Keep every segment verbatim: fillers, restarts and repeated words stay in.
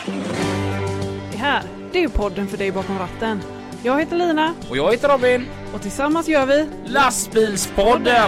Det här, det är podden för dig bakom ratten. Jag heter Lina. Och jag heter Robin. Och tillsammans gör vi Lastbilspodden!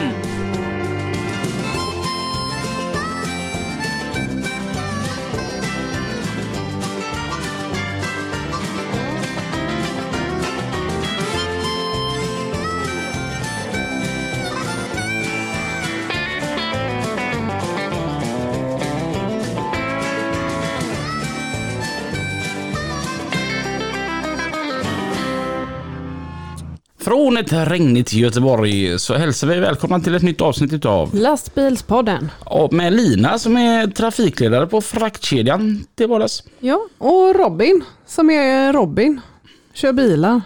Från ett regnigt Göteborg så hälsar vi välkomna till ett nytt avsnitt av Lastbilspodden. Och med Lina som är trafikledare på fraktkedjan till vardags. Ja, och Robin som är Robin. Kör bilar.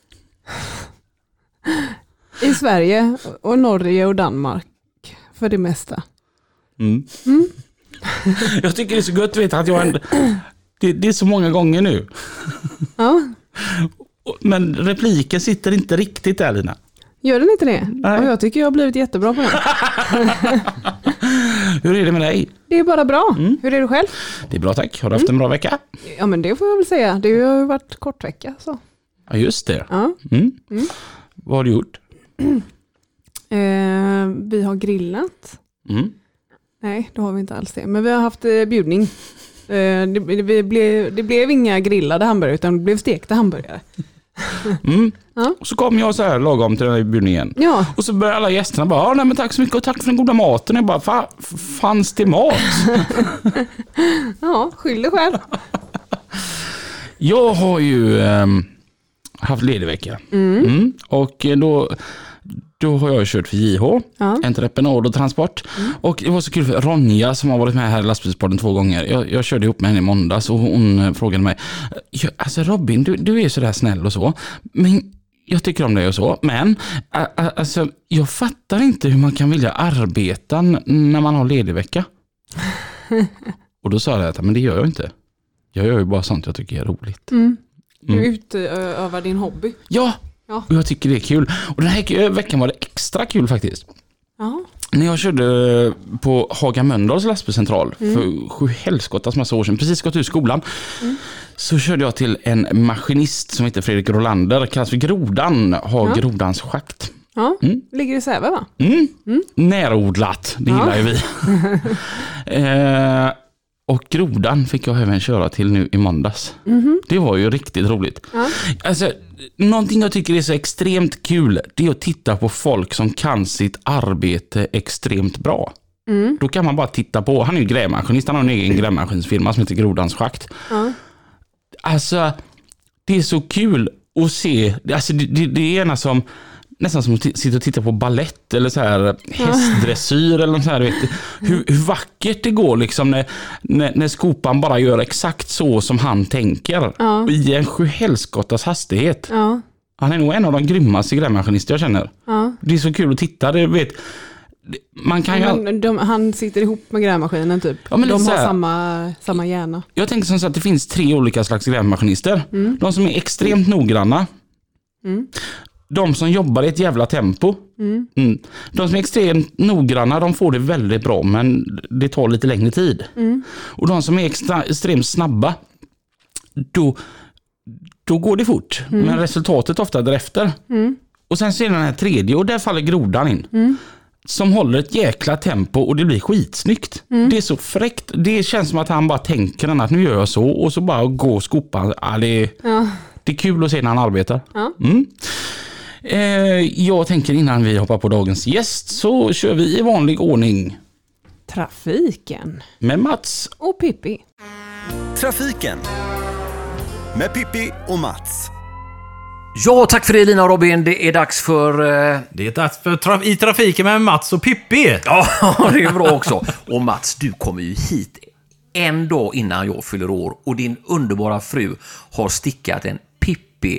I Sverige och Norge och Danmark för det mesta. Mm. Mm. Jag tycker det är så gott att veta att jag ändå, det, det är så många gånger nu. Ja. Men repliken sitter inte riktigt där, Lina. Gör den inte det? Nej. Och jag tycker jag har blivit jättebra på det. Hur är det med dig? Det är bara bra. Mm. Hur är du själv? Det är bra, tack. Har du haft en bra vecka? Ja, men det får jag väl säga. Det har ju varit kort vecka. Så. Ja, just det. Ja. Mm. Mm. Vad har du gjort? Eh, vi har grillat. Mm. Nej, det har vi inte alls det. Men vi har haft eh, bjudning. Eh, det, det, blev, det blev inga grillade hamburgare utan det blev stekta hamburgare. Mm. Ja. Och så kom jag så här lagom till den här bjudningen. Ja. Och så började alla gästerna bara, ah, nej men tack så mycket och tack för den goda maten. Jag bara, Fa, fanns det mat? Ja, skyll dig själv. Jag har ju ähm, haft ledig vecka. Mm. Mm. Och då, då har jag kört för J H, Ja. entreprenad och transport. Mm. Och det var så kul för Ronja som har varit med här i Lastbilspodden två gånger. Jag, jag körde ihop med henne i måndags och hon frågade mig, ja, alltså Robin, du, du är så där snäll och så. Men jag tycker om dig och så. Men ä, ä, alltså, jag fattar inte hur man kan vilja arbeta n- när man har ledig vecka. Och då sa jag att men det gör jag inte. Jag gör ju bara sånt jag tycker är roligt. Mm. Du Mm. utövar din hobby. Ja, Ja. och jag tycker det är kul. Och den här veckan var det extra kul faktiskt. Ja. När jag körde på Haga Mölndals lastbilscentral Mm. för sju helskottas massa år sedan, precis gått ur skolan, Mm. så körde jag till en maskinist som heter Fredrik Rolander, kallas för Grodan, har Ja. Grodans schakt. Ja. Mm. Ligger i Säve, va? Mm. Mm. Närodlat, det Ja. gillar ju vi. eh, och Grodan fick jag även köra till nu i måndags. Mm-hmm. Det var ju riktigt roligt. Ja. Alltså, någonting jag tycker är så extremt kul, det är att titta på folk som kan sitt arbete extremt bra. Mm. Då kan man bara titta på, han är ju grävmaskinist, han har en egen grävmaskinsfirma som heter Grodans schakt. Ja. Alltså, det är så kul att se, alltså det, det, det är ena som nästan som att t- sitta och titta på ballett eller så här hästdressyr eller så här, vet du, hur, hur vackert det går liksom när, när, när skopan bara gör exakt så som han tänker. Ja. I en sjuhelskottas hastighet. Ja. Han är nog en av de grymmaste grävmaskinister jag känner. Ja. Det är så kul att titta, det vet man kan ju... Men de, han sitter ihop med grävmaskinen typ. Ja, men de lite har så här- samma, samma hjärna. Jag tänker som så att det finns tre olika slags grävmaskinister. Mm. De som är extremt noggranna. Mm. De som jobbar i ett jävla tempo. Mm. Mm. De som är extremt noggranna, de får det väldigt bra, men det tar lite längre tid. Mm. Och de som är extra, extremt snabba, då, då går det fort. Mm. Men resultatet ofta därefter. Mm. Och sen ser den här tredje, och där faller Grodan in. Mm. Som håller ett jäkla tempo och det blir skitsnyggt. Mm. Det är så fräckt. Det känns som att han bara tänker att nu gör jag så, och så bara går skopan. Ja, det, är, Ja. det är kul att se när han arbetar. Ja. Mm. Eh, jag tänker innan vi hoppar på dagens gäst så kör vi i vanlig ordning Trafiken. med Mats. Och Pippi. Trafiken med Pippi och Mats. Ja, tack för det Lina och Robin. Det är dags för... Eh... Det är dags för tra- i trafiken med Mats och Pippi. Ja, det är bra också. Och Mats, du kommer ju hit en dag innan jag fyller år och din underbara fru har stickat en Pippi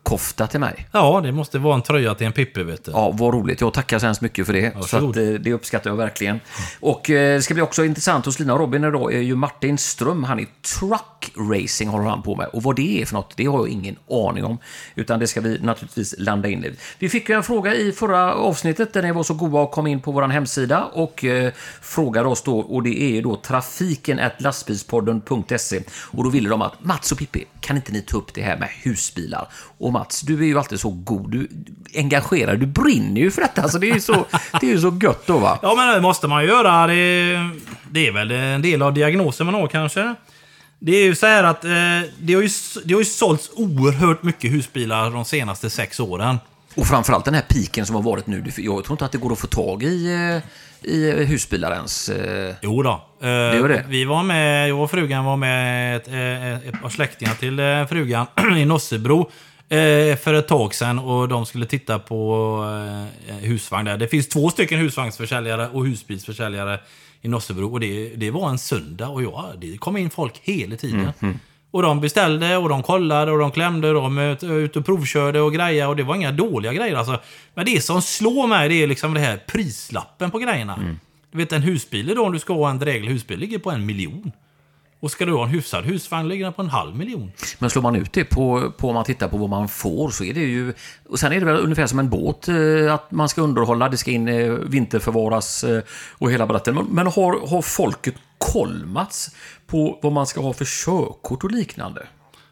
kofta till mig. Ja, det måste vara en tröja till en Pippi, vet du. Ja, vad roligt. Jag tackar så hemskt mycket för det. Så att, eh, det uppskattar jag verkligen. Och eh, det ska bli också intressant hos Lina och Robin idag är ju Martin Ström. Han är truck racing håller han på med. Och vad det är för något, det har jag ingen aning om. Utan det ska vi naturligtvis landa in i. Vi fick ju en fråga i förra avsnittet där ni var så goda och kom in på vår hemsida och eh, frågade oss då, och det är ju då trafiken at lastbilspodden punkt se. Och då ville de att Mats och Pippi, kan inte ni ta upp det här med husbilar? Och Mats, du är ju alltid så god, du engagerar, du brinner ju för detta, alltså det är ju så, det är ju så gött då, va? Ja, men det måste man göra. Det, det är väl en del av diagnosen man har kanske. Det är ju så här att eh, det, har ju, det har ju sålts oerhört mycket husbilar de senaste sex åren. Och framförallt den här piken som har varit nu, jag tror inte att det går att få tag i, i husbilar ens. Jo då. Det var det. Vi var med, jag och frugan var med ett, ett, ett par släktingar till frugan i Nossebro för ett tag sedan och de skulle titta på husvagn där. Det finns två stycken husvagnsförsäljare och husbilsförsäljare i Nossebro och det, det var en söndag och ja, det kom in folk hela tiden. Mm, mm. Och de beställde och de kollade och de klämde och de ut och provkörde och grejer och det var inga dåliga grejer alltså. Men det som slår mig det är liksom det här prislappen på grejerna. Mm. Du vet en husbil då, om du ska ha en dräglig husbil ligger på en miljon. Och ska du ha en hyfsad husvagn ligger den på en halv miljon. Men slår man ut det på, på om man tittar på vad man får så är det ju... Och sen är det väl ungefär som en båt att man ska underhålla, det ska in vinterförvaras och hela berätten. Men, men har, har folket kolmats på vad man ska ha för körkort och liknande?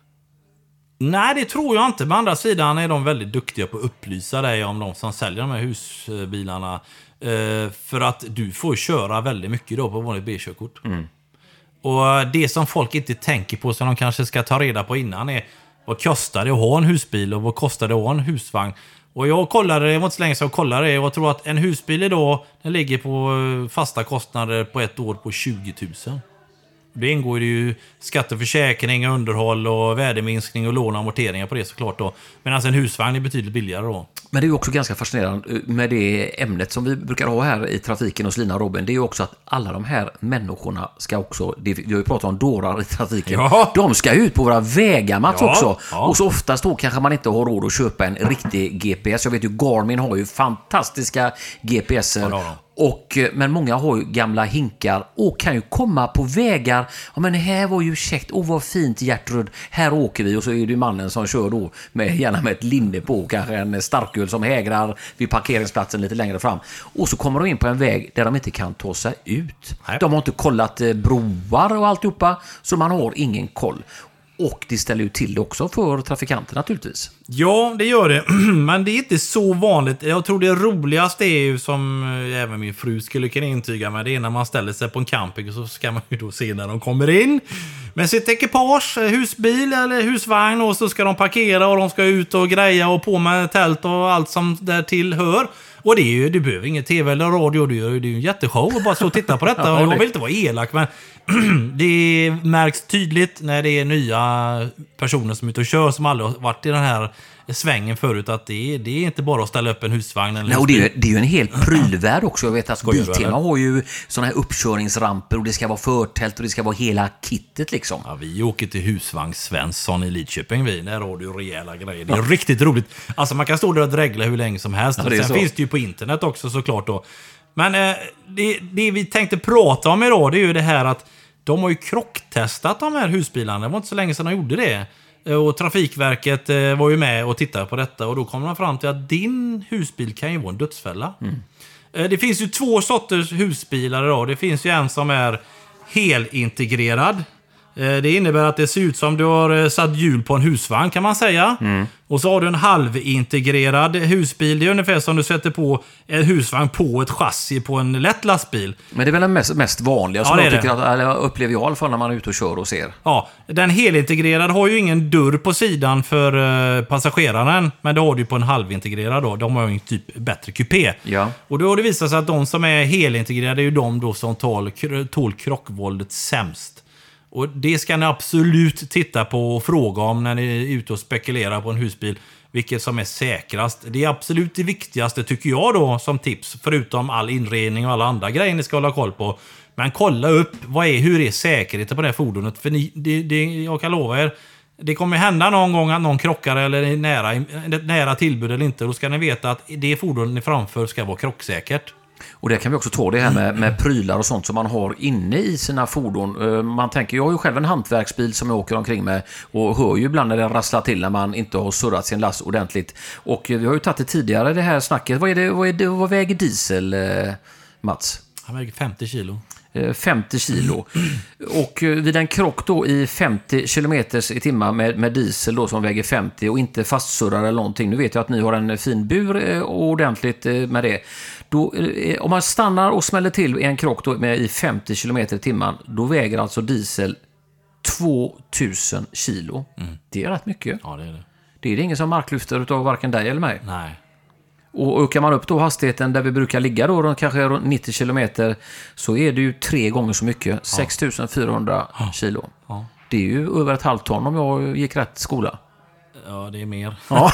Nej, det tror jag inte. På andra sidan är de väldigt duktiga på att upplysa dig om de som säljer de här husbilarna. För att du får köra väldigt mycket då på vanligt B-körkort. Mm. Och det som folk inte tänker på som de kanske ska ta reda på innan är vad kostar det att ha en husbil och vad kostar det att ha en husvagn. Och jag kollade, det var inte så länge sedan jag kollade det och jag tror att en husbil idag den ligger på fasta kostnader på ett år på tjugo tusen. Det ingår ju skatteförsäkring, underhåll och värdeminskning och lån och amorteringar på det såklart då. Men alltså en husvagn är betydligt billigare då. Men det är ju också ganska fascinerande med det ämnet som vi brukar ha här i trafiken hos Lina och Robin. Det är ju också att alla de här människorna ska också, det, vi har ju pratat om dårar i trafiken, ja. De ska ut på våra vägar, Mats, ja, också. Ja. Och så oftast då kanske man inte har råd att köpa en riktig G P S. Jag vet ju, Garmin har ju fantastiska G P S-er. Ja, ja. Och, men många har ju gamla hinkar och kan ju komma på vägar. Ja, men här var ju käckt. Åh, vad fint, Gertrud. Här åker vi. Och så är det ju mannen som kör då med, gärna med ett linne på. Kanske en starköl som hägrar vid parkeringsplatsen lite längre fram. Och så kommer de in på en väg där de inte kan ta sig ut. Nej. De har inte kollat broar och alltihopa. Så man har ingen koll. Och det ställer ju till det också för trafikanter naturligtvis. Ja, det gör det. Men det är inte så vanligt. Jag tror det roligaste är ju, som även min fru skulle kunna intyga med, det är när man ställer sig på en camping och så ska man ju då se när de kommer in med sitt ekipage, husbil eller husvagn, och så ska de parkera och de ska ut och greja och på med tält och allt som där tillhör. Och det är ju, du behöver ingen tv eller radio, det är ju en jätteshow och bara så titta på detta. Och jag vill inte vara elak, men det märks tydligt när det är nya personer som är ute och kör som aldrig har varit i den här svängen förut, att det är, det är inte bara att ställa upp en husvagn eller. Nej, och det är, det är ju en helt prylvärld också. Jag vet att Biltema har ju såna här uppkörningsramper och det ska vara förtält och det ska vara hela kittet liksom. Ja, vi åker till husvagn Svensson i Lidköping, vi. Där har du rejäla grejer. Det är ja. riktigt roligt. Alltså man kan stå där och dregla hur länge som helst. Ja, sen så. Finns det ju på internet också såklart då. Men eh, det, det vi tänkte prata om idag, det är ju det här att de har ju krocktestat de här husbilarna. Det var inte så länge sedan de gjorde det. Och Trafikverket var ju med och tittade på detta. Och då kom man fram till att din husbil kan ju vara en dödsfälla. Mm. Det finns ju två sorters husbilar idag. Det finns ju en som är helintegrerad. Det innebär att det ser ut som du har satt hjul på en husvagn, kan man säga. Mm. Och så har du en halvintegrerad husbil. Det är ungefär som du sätter på en husvagn på ett chassi på en lätt lastbil. Men det är väl den mest, mest vanliga som ja, jag tycker att, eller upplever jag i alla fall när man är ute och kör och ser. Ja, den helintegrerad har ju ingen dörr på sidan för uh, passageraren. Men det har du ju på en halvintegrerad då. De har ju en typ bättre kupé. Ja. Och då har det visat sig att de som är helintegrerade är ju de då som tål, tål krockvåldet sämst. Och det ska ni absolut titta på och fråga om när ni är ute och spekulerar på en husbil. Vilket som är säkrast. Det är absolut det viktigaste tycker jag då som tips. Förutom all inredning och alla andra grejer ni ska hålla koll på. Men kolla upp vad är, hur är säkerheten på det här fordonet. För ni, det, det, jag kan lova er, det kommer hända någon gång att någon krockar eller är nära, nära tillbud eller inte. Då ska ni veta att det fordonet ni framför ska vara krocksäkert. Och det kan vi också ta det här med, med prylar och sånt som man har inne i sina fordon. Man tänker, jag har ju själv en hantverksbil som jag åker omkring med och hör ju ibland när det rasslar till när man inte har surrat sin last ordentligt. Och vi har ju tagit det tidigare, det här snacket. Vad är det, vad är det, vad väger diesel, Mats? Han väger femtio kilo. femtio kilo. Och vid en krock då i femtio kilometer i timmen med, med diesel då som väger femtio och inte fastsurrar eller någonting. Nu vet jag att ni har en fin bur och ordentligt med det. Då, om man stannar och smäller till i en krock då med i femtio kilometer i timmen, då väger alltså diesel tvåtusen kilo. Mm. Det är rätt mycket. Ja, det är det. Det är det ingen som marklyfter utav varken dig eller mig. Nej. Och ökar man upp då hastigheten där vi brukar ligga då, då kanske runt nittio kilometer, så är det ju tre gånger så mycket, sex tusen fyrahundra ja. kilo. Ja. Det är ju över ett halvt ton om jag gick rätt skola. Ja, det är mer. Ja,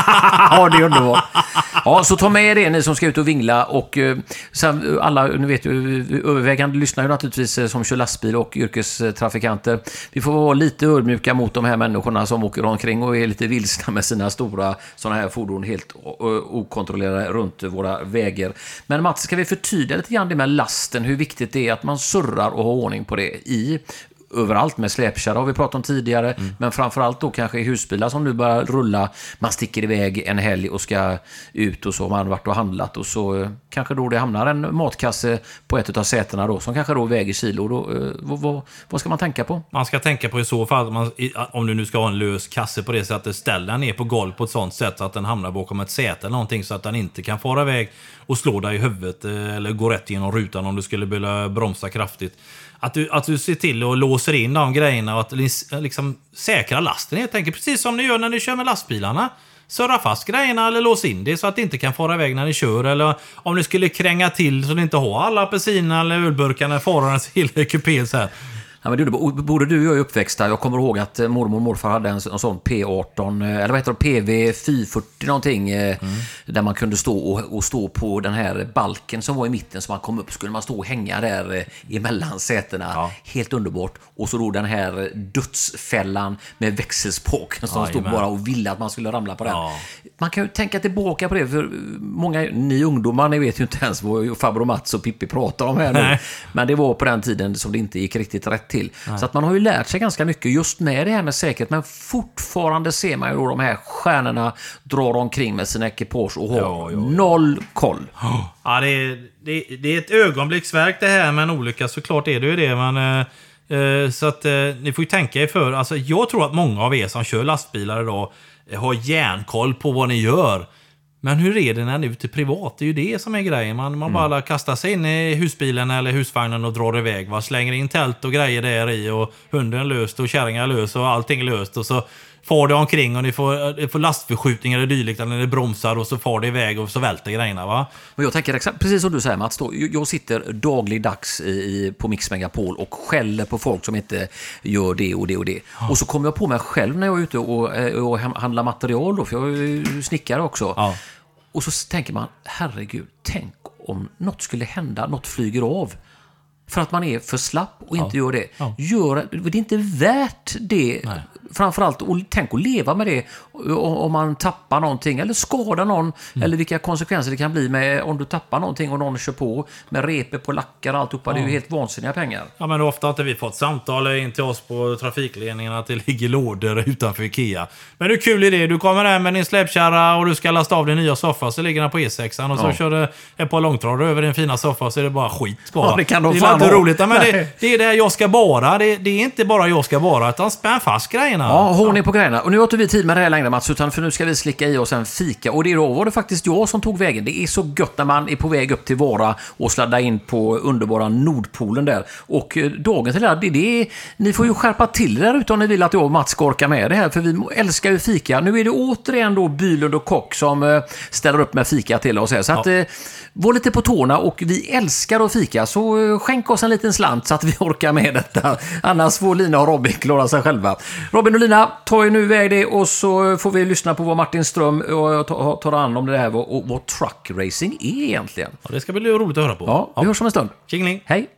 ja det är underbart. Ja, så ta med det ni som ska ut och vingla och eh, sen alla, nu vet ju, övervägande lyssnar ju naturligtvis eh, som kör lastbil och yrkestrafikanter. Vi får vara lite ödmjuka mot de här människorna som åker omkring och är lite vilsna med sina stora sådana här fordon helt okontrollerade runt våra vägar. Men Mats, ska vi förtydliga lite grann det med lasten, hur viktigt det är att man surrar och har ordning på det i överallt med släpkärra har vi pratat om tidigare, mm. men framförallt då kanske i husbilar som nu börjar rulla, man sticker iväg en helg och ska ut och så, man har varit och handlat och så kanske då det hamnar en matkasse på ett av sätena då som kanske då väger kilo då, eh, vad, vad, vad ska man tänka på? Man ska tänka på i så fall, man, om du nu ska ha en lös kasse på det sättet, ställa den ner på golv på ett sånt sätt så att den hamnar bakom ett säte eller någonting så att den inte kan fara iväg och slå dig i huvudet eller gå rätt genom rutan om du skulle vilja bromsa kraftigt. Att du, att du ser till och låser in de grejerna och att liksom säkra lasten helt enkelt. Precis som ni gör när ni kör med lastbilarna. Surra fast grejerna eller lås in det så att det inte kan fara iväg när ni kör. Eller om ni skulle kränga till så ni inte har alla apelsiner eller ölburkarna fararens hela kupé så här. Ja, men du, både du och jag är uppväxta. Jag kommer ihåg att mormor och morfar hade en, en sån P arton, eller vad heter det, P V fyrahundrafyrtio någonting, mm. där man kunde stå och, och stå på den här balken som var i mitten som man kom upp. Skulle man stå och hänga där emellan sätena. Ja. Helt underbart. Och så då den här dödsfällan med växelspaken som ja, stod bara och ville att man skulle ramla på den. Ja. Man kan ju tänka tillbaka på det, för många, ni ungdomar, ni vet ju inte ens vad farbror Mats och Pippi pratar om här nu. Nej. Men det var på den tiden som det inte gick riktigt rätt till. Nej. Så att man har ju lärt sig ganska mycket just med det här med säkerhet, men fortfarande ser man ju då de här stjärnorna drar omkring med sina ekipage och har ja, ja, ja. noll koll. Ja, det är, det, det är ett ögonblicksverk det här med en olycka, såklart är det ju det, men eh, så att eh, ni får ju tänka er för. Alltså, jag tror att många av er som kör lastbilar idag eh, har järnkoll på vad ni gör. Men hur är det när ni är ute privat? Det är ju det som är grejen. Man, man bara mm. kastar sig in i husbilen eller husvagnen och drar iväg. Va? Slänger in tält och grejer där i och hunden löst och kärringar löst och allting löst. Och så far det omkring och ni får, ni får lastförskjutningar och dylikt när det bromsar och så far det iväg och så välter grejerna. Va? Och jag tänker exakt, precis som du säger Mats, då, jag sitter dagligdags i, på Mix Megapol och skäller på folk som inte gör det och det och det. Ja. Och så kommer jag på mig själv när jag är ute och, och handlar material då, för jag är ju snickare också. Ja. Och så tänker man, herregud, tänk om något skulle hända, något flyger av. För att man är för slapp och inte ja. gör det. Ja. Gör, det är inte värt det. Nej. Framförallt, och tänk att leva med det om man tappar någonting eller skadar någon, mm. eller vilka konsekvenser det kan bli med om du tappar någonting och någon kör på med repor på lackar och alltihopa. Ja. Det är ju helt vansinniga pengar. Ja, men ofta har inte vi fått samtal in till oss på trafikledningen att det ligger lådor utanför Ikea. Men det är kul idé. Du kommer här med din släpkärra och du ska lasta av din nya soffa, så ligger den på E sex och så ja. kör det ett par långtradare över din fina soffa, så är det bara skit bara. Ja, det kan de det är inte roligt. Men det, det är det jag ska bara. Det, det är inte bara jag ska bara, utan spänn fast grejerna. Ja, hon är på grejerna. Och nu har inte vi tid med det här längre, Mats, utan för nu ska vi slicka i oss en fika. Och det är då var det faktiskt jag som tog vägen. Det är så gött när man är på väg upp till Vara och sladdar in på underbara Nordpolen där. Och eh, dagen till det, det är, ni får ju skärpa till där ute om ni vill att jag och Mats ska orka med det här, för vi älskar ju fika. Nu är det återigen då Bylund och Kock som eh, ställer upp med fika till oss här. Så att eh, var lite på tårna, och vi älskar att fika, så eh, skänk oss en liten slant så att vi orkar med detta. Annars får Lina och Robin klara sig själva. Robin och Lina, ta ju nu iväg det, och så får vi lyssna på vad Martin Ström och tar an om det här och vad truck racing är egentligen. Ja, det ska bli roligt att höra på. Ja, vi hörs om en stund. Tjingling. Hej.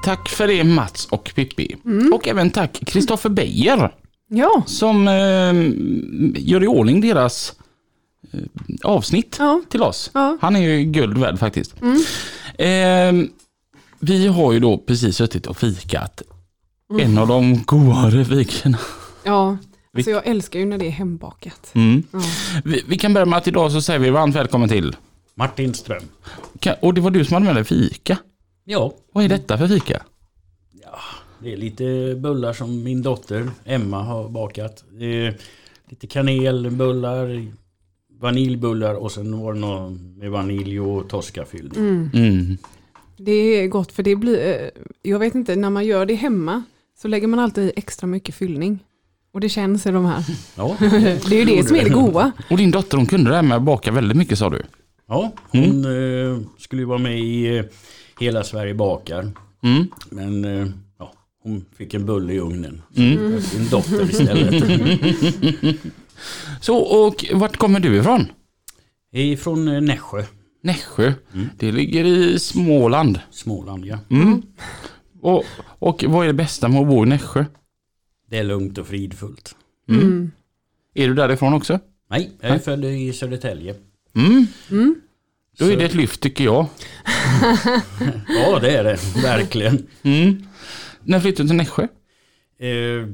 tack för det Mats och Pippi. Mm. Och även tack Kristoffer Beijer. Ja. Som eh, gör i ordning deras eh, avsnitt ja. till oss. Ja. Han är ju guld värd faktiskt. Mm. Eh, vi har ju då precis suttit och fikat. Mm. En av de godare fikorna. Ja, alltså jag älskar ju när det är hembakat. Mm. Ja. Vi, vi kan börja med att idag så säger vi varmt välkommen till Martin Ström. Och det var du som hade med dig fika. Ja. Vad är detta för fika? Ja, det är lite bullar som min dotter Emma har bakat. Det är lite kanelbullar, vaniljbullar och sen var det något med vanilj och toskafyllning. Mm. Mm. Det är gott för det blir, jag vet inte, när man gör det hemma så lägger man alltid i extra mycket fyllning. Och det känns i de här. Ja. Det är ju det som är det goda. Och din dotter, hon kunde det här med att baka väldigt mycket, sa du? Ja, hon mm. eh, skulle ju vara med i eh, Hela Sverige bakar. Mm. Men eh, ja, hon fick en bulle i ugnen. Mm. Sin dotter istället. Så, och vart kommer du ifrån? Ifrån eh, Nässjö. Nässjö. Mm. Det ligger i Småland. Småland, ja. Mm. Och, och vad är det bästa med att bo i Nässjö? Det är lugnt och fridfullt. Mm. Mm. Är du därifrån också? Nej, jag är född i Södertälje. Mm. Mm. Då är det ett lyft tycker jag. Ja, det är det. Verkligen. Mm. När flyttade du till Nässjö? Eh,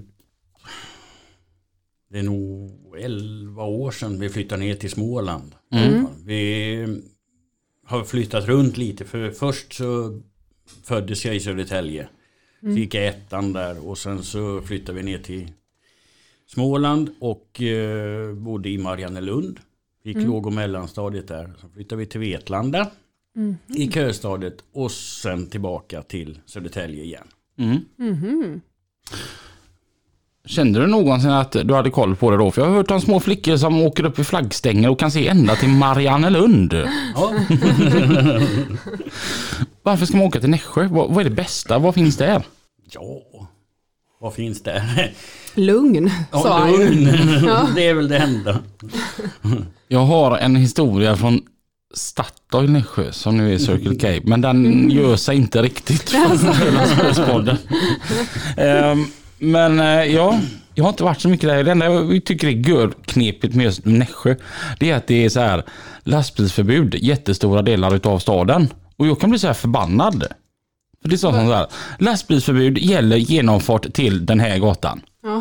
det är nog elva år sedan vi flyttade ner till Småland. Mm. Vi har flyttat runt lite. För först så föddes jag i Södertälje. Mm. Fick jag ettan där och sen så flyttade vi ner till Småland och eh, bodde i Mariannelund. Fick mm. låg- och mellanstadiet där. Så flyttade vi till Vetlanda mm. i köstadiet och sen tillbaka till Södertälje igen. Mm. Mm. Kände du någonsin att du hade koll på det då? För jag har hört om små flickor som åker upp i flaggstänger och kan se ända till Mariannelund. Ja. Varför ska man åka till Nässjö? Vad, vad är det bästa? Vad finns där? Ja, vad finns där? Lugn, ja, sa han lugn. Ja. Det är väl det enda. Jag har en historia från Statoil Nässjö som nu är Circle K, men den mm. gör sig inte riktigt från um, men uh, ja, jag har inte varit så mycket där. Det enda jag tycker är görknepigt med just Nässjö, det är att det är så här lastbilsförbud jättestora delar utav staden. Och jag kan bli så här förbannad. För det är så här, lastbilsförbud gäller genomfart till den här gatan. Ja.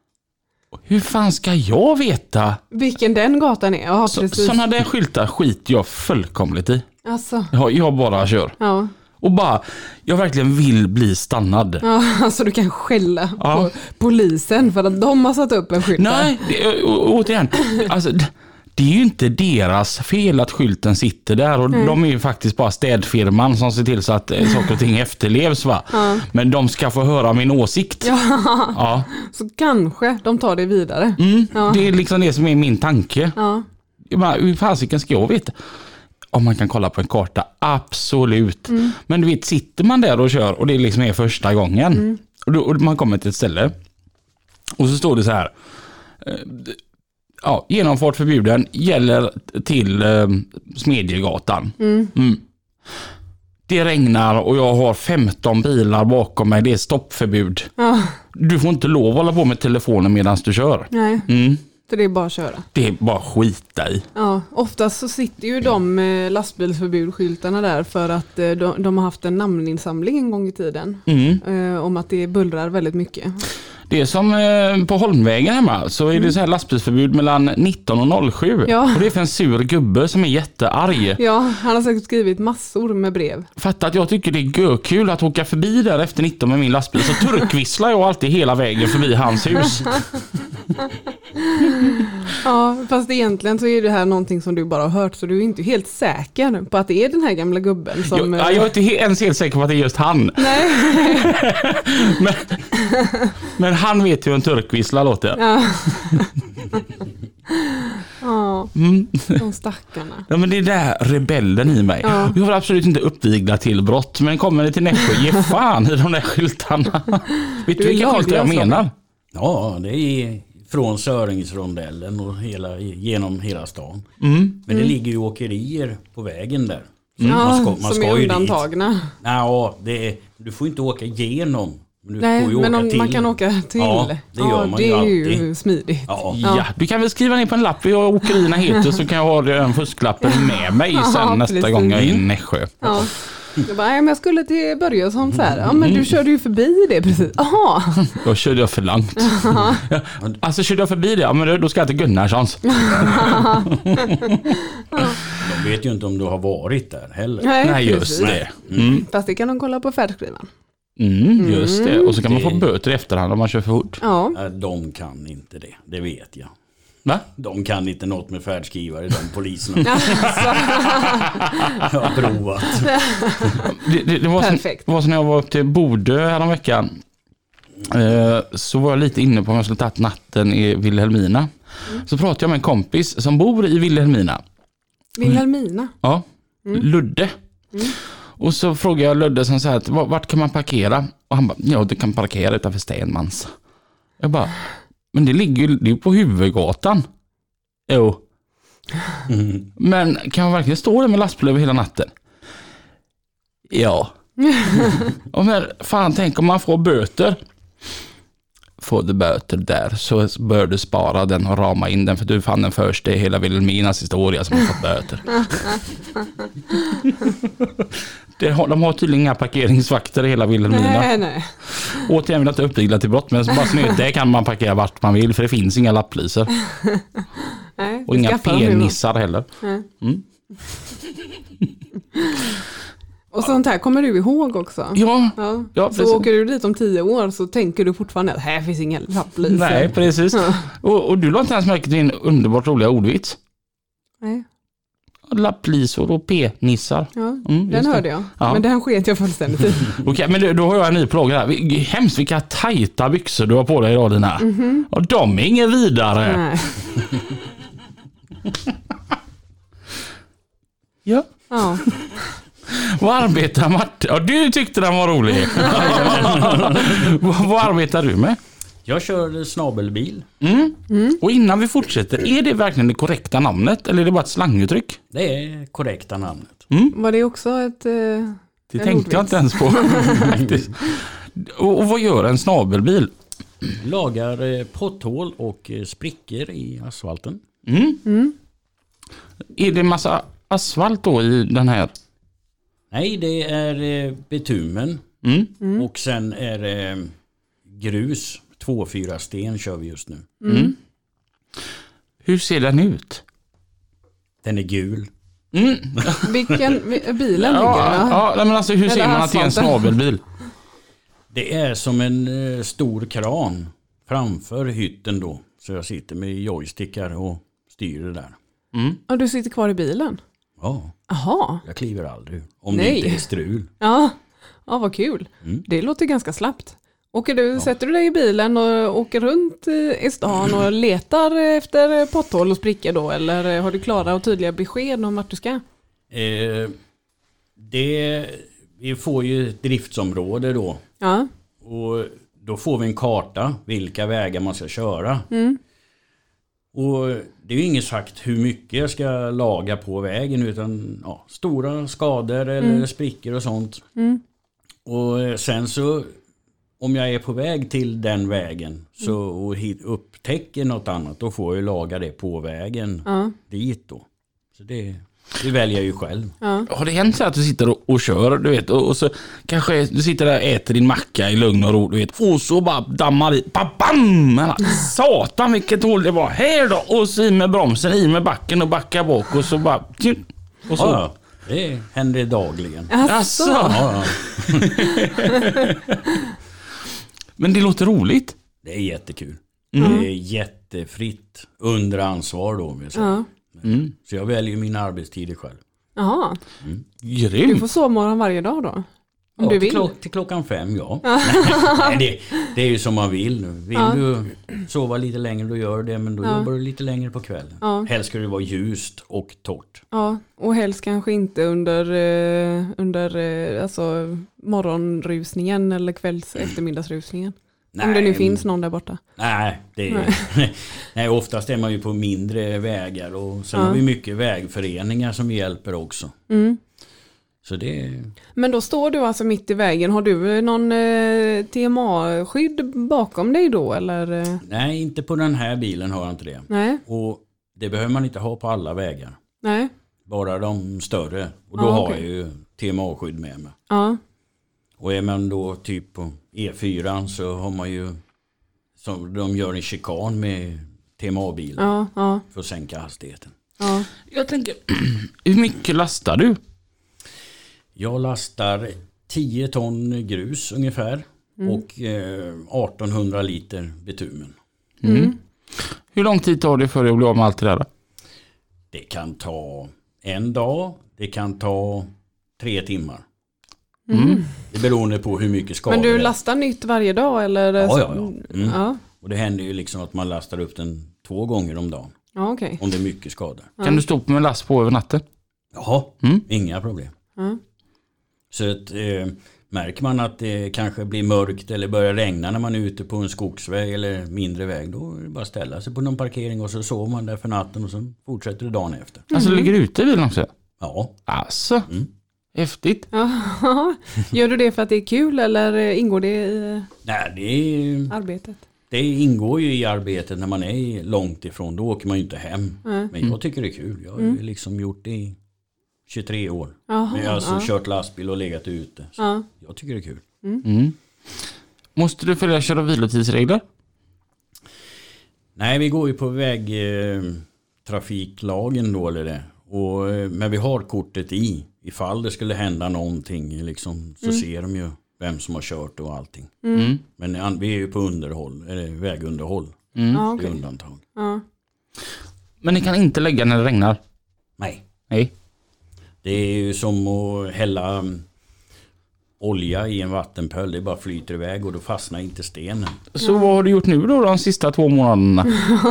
Hur fan ska jag veta? Vilken den gatan är? Ja, så, precis. sådana där skyltar skit jag fullkomligt i. Alltså. Ja, jag bara kör. Ja. Och bara, jag verkligen vill bli stannad. Ja, alltså du kan skälla ja. på polisen för att de har satt upp en skylt. Nej, det, å, återigen. Alltså, det är ju inte deras fel att skylten sitter där. Och mm. de är ju faktiskt bara städfirman som ser till så att saker och ting efterlevs, va? Ja. Men de ska få höra min åsikt. Ja. Ja. Så kanske de tar det vidare. Mm. Ja. Det är liksom det som är min tanke. Ja. Bara, hur fasiken ska jag veta? Om man kan kolla på en karta, absolut. Mm. Men du vet, sitter man där och kör och det liksom är första gången. Mm. Och, då, och man kommer till ett ställe. Och så står det så här. Eh, ja, genomfart förbjuden gäller till eh, Smedjegatan. Mm. Mm. Det regnar och jag har femton bilar bakom mig. Det är stoppförbud. Ja. Du får inte lov att hålla på med telefonen medan du kör. Nej. Mm. Så det är bara att köra. Det är bara skita i. Ja, oftast så sitter ju de lastbilsförbudskyltarna där för att de, de har haft en namninsamling en gång i tiden. Mm. Eh, om att det bullrar väldigt mycket. Det är som eh, på Holmvägen hemma så är det mm. så här lastbilsförbud mellan nitton och noll sju. Ja. Och det är för en sur gubbe som är jättearg. Ja, han har säkert skrivit massor med brev. Fatta att jag tycker det är görkul att åka förbi där efter nitton med min lastbil. Så turkvisslar jag alltid hela vägen förbi hans hus. Ja, fast egentligen så är det här någonting som du bara har hört, så du är inte helt säker på att det är den här gamla gubben som... Jag, jag är inte ens helt säker på att det är just han. Nej. men, men han vet hur en turkvissla låter. Ja. Ja, mm. De stackarna. Ja, men det är där rebellen i mig. Ja. Jag vill absolut inte uppvigla till brott, men kommer det till Nässjö, ge fan i de där skyltarna. Vet du, du vilka skyltar jag menar? Ja, det är från Söringsrondellen och hela, genom hela stan. Mm. Men det mm. ligger ju åkerier på vägen där. Mm. Ja, man ska, man som ska är ju undantagna. Dit. Ja, det är, du får inte åka igenom. Du Nej, får ju men åka om till. man kan åka till. Ja, det gör ja, man det ju är alltid. ju smidigt. Ja. Ja, du kan väl skriva ner på en lapp vad åkerierna heter så kan jag ha den fusklappen med mig sen Ja, nästa precis. gång jag är i Nässjö. Ja. Jag bara, nej, men jag skulle till Börjesson så här. Ja, men du körde ju förbi det precis. Jaha. Då körde jag för långt. Ja, alltså körde jag förbi det, ja, men då ska jag till Gunnarssons. De vet ju inte om du har varit där heller. Nej, Nej, just precis. det. Mm. Fast det kan de kolla på färdskrivaren. Mm, just det. Och så kan man få Det- böter i efterhand om man kör för fort. Ja. Nej, de kan inte det, det vet jag. Va? De kan inte något med färdskrivare, de poliserna. Alltså, Jag har provat. Det, det, det var, som, Perfekt. det var som när jag var upp till Bodö häromveckan. Eh, så var jag lite inne på om jag skulle ta natten i Vilhelmina. Mm. Så pratade jag med en kompis som bor i Vilhelmina. Vilhelmina. Ja, Ludde. Och så frågade jag Ludde som så här, att, vart kan man parkera? Och han bara, ja du kan parkera utanför Stenmans. Jag bara, men det ligger ju det är på huvudgatan. Jo. Men kan man verkligen stå där med lastbil över hela natten? Ja. Och men fan, tänk om man får böter. Får du böter där så bör du spara den och rama in den för du fann den första i hela Vilhelminas historia som har fått böter. Det har, de har tydligen inga parkeringsvakter i hela Vilhelmina. Nej, nej. Återigen vill jag inte uppvigla till brott, men bara snöt, det kan man parkera vart man vill för det finns inga lappliser. nej Och inga skaffar de nu då. penissar heller. Nej. Mm. Och sånt här kommer du ihåg också. Ja, Ja. Ja, så precis. åker du dit om tio år så tänker du fortfarande att här finns ingen lappliser. nej precis. Ja. Och, och du la inte ens märke till din underbart roliga ordvits. Nej. Lapplisor och penissar. Ja, Mm, den just det. hörde jag. Ja. Men den sket jag fullständigt i. Okej, men då, då har jag en ny plåga här. Vi- Hemskt vilka tajta byxor du har på dig idag, Lina. Mhm. Och de är inget vidare. Nej. Ja. Ja. Vad arbetar Martin? Ja, du tyckte den var rolig. vad, vad arbetar du med? Jag kör snabelbil. Mm. Och innan vi fortsätter, är det verkligen det korrekta namnet eller är det bara ett slanguttryck? Det är korrekta namnet. Var det också ett... Eh, Det en tänkte jag ordvits? inte ens på. faktiskt. Och, och vad gör en snabelbil? Lagar eh, potthål och eh, sprickor i asfalten. Mm. Mm. Är det massa asfalt då i den här? Nej, det är eh, bitumen. Mm. Mm. Och sen är det eh, grus. Två, fyra sten kör vi just nu. Mm. Hur ser den ut? Den är gul. Mm. Vilken vi- bilen Ja, ligger ja, nej, men alltså hur ser Eller man att det är en asfalten. snabelbil? Det är som en eh, stor kran framför hytten då. Så jag sitter med joystickar och styr det där. Mm. Ja, du sitter kvar i bilen? Ja, Jaha. jag kliver aldrig. Om Nej. det inte är strul. Ja. Ja, vad kul. Mm. Det låter ganska slappt. Åker du, Sätter du dig i bilen och åker runt i stan och letar efter potthål och sprickor då? Eller har du klara och tydliga besked om vart du ska? Eh, det, vi får ju ett driftsområde då. Ja. Och då får vi en karta vilka vägar man ska köra. Mm. Och det är ju inget sagt hur mycket jag ska laga på vägen utan ja, stora skador eller Mm. sprickor och sånt. Mm. Och sen så om jag är på väg till den vägen så, och hit, upptäcker något annat då får jag laga det på vägen Ja. dit då. Så det, det väljer jag ju själv. Ja. Har det hänt så att du sitter och, och kör, du vet, och, och så kanske du sitter där och äter din macka i lugn och ro, du vet, och så bara dammar i, bam! Men, satan vilket hål det var här då! Och så i med bromsen, i med backen och backa bak och så bara... Och så. Ja, det händer dagligen. Asså. Asså. Ja, ja. Men det låter roligt. Det är jättekul. Mm. Det är jättefritt under ansvar då. Vill jag säga. Ja. Mm. Så jag väljer mina arbetstider själv. Jaha. Du Grymt. får sovmorgon varje dag då? Om Ja, du till, vill. klock, till klockan fem, ja. Nej, det, det är ju som man vill. Vill Ja. du sova lite längre, då gör du det. Men då Ja. jobbar du lite längre på kvällen. Ja. Helst ska det vara ljust och torrt. Ja, och helst kanske inte under, eh, under eh, alltså, morgonrusningen eller kvälls eftermiddagsrusningen. Om det nu finns någon där borta. Nej, det är, nej, oftast är man ju på mindre vägar. Och sen Ja. har vi mycket vägföreningar som hjälper också. Mm. Så det... Men då står du alltså mitt i vägen. Har du någon eh, T M A-skydd bakom dig då? Eller? Nej, inte på den här bilen har jag inte det. Nej. Och det behöver man inte ha på alla vägar. Nej. Bara de större. Och då Ja, har okej. jag ju T M A-skydd med mig. Ja. Och är man då typ på E fyra så har man ju... Så de gör en chikan med T M A-bilen Ja, ja, för att sänka hastigheten. ja. Jag tänker, hur mycket lastar du? Jag lastar tio ton grus ungefär. Och eh, artonhundra liter bitumen. Mm. Hur lång tid tar det för dig att bli av med allt det där? Det kan ta en dag. Det kan ta tre timmar. Mm. Det beror på hur mycket skador Men du det är. lastar nytt varje dag? Eller? Ja, ja, ja. Mm. Ja, Och det händer ju liksom att man lastar upp den två gånger om dagen. ja okej. Om det är mycket skador. Kan du stå med last på över natten? Jaha, Mm. inga problem. Ja. Så att, eh, märker man att det kanske blir mörkt eller börjar regna när man är ute på en skogsväg eller mindre väg, då är det bara att ställa sig på någon parkering och så sover man där för natten och så fortsätter det dagen efter. Alltså ligger du ute i bilen också? Ja, Alltså, Mm. häftigt. Ja. Gör du det för att det är kul eller ingår det i nej, det, är, arbetet? det ingår ju i arbetet när man är långt ifrån. Då åker man ju inte hem. Mm. Men jag tycker det är kul. Jag har ju liksom gjort det i tjugotre år. Jaha, Men jag har alltså ja. kört lastbil och legat ute. Så Ja. jag tycker det är kul. Mm. Måste du följa kör- och vilotidsregler? Nej, vi går ju på vägtrafiklagen då eller det. Och, eh, men vi har kortet i. Ifall det skulle hända någonting liksom, så ser de ju vem som har kört och allting. Mm. Men an- vi är ju på underhåll, eller vägunderhåll. Mm. Ja, Det är okej. undantag. Ja. Men ni kan inte lägga när det regnar? Nej. Nej. Det är ju som att hälla um, olja i en vattenpöl. Det bara flyter iväg och då fastnar inte stenen. Så vad har du gjort nu då de sista två månaderna?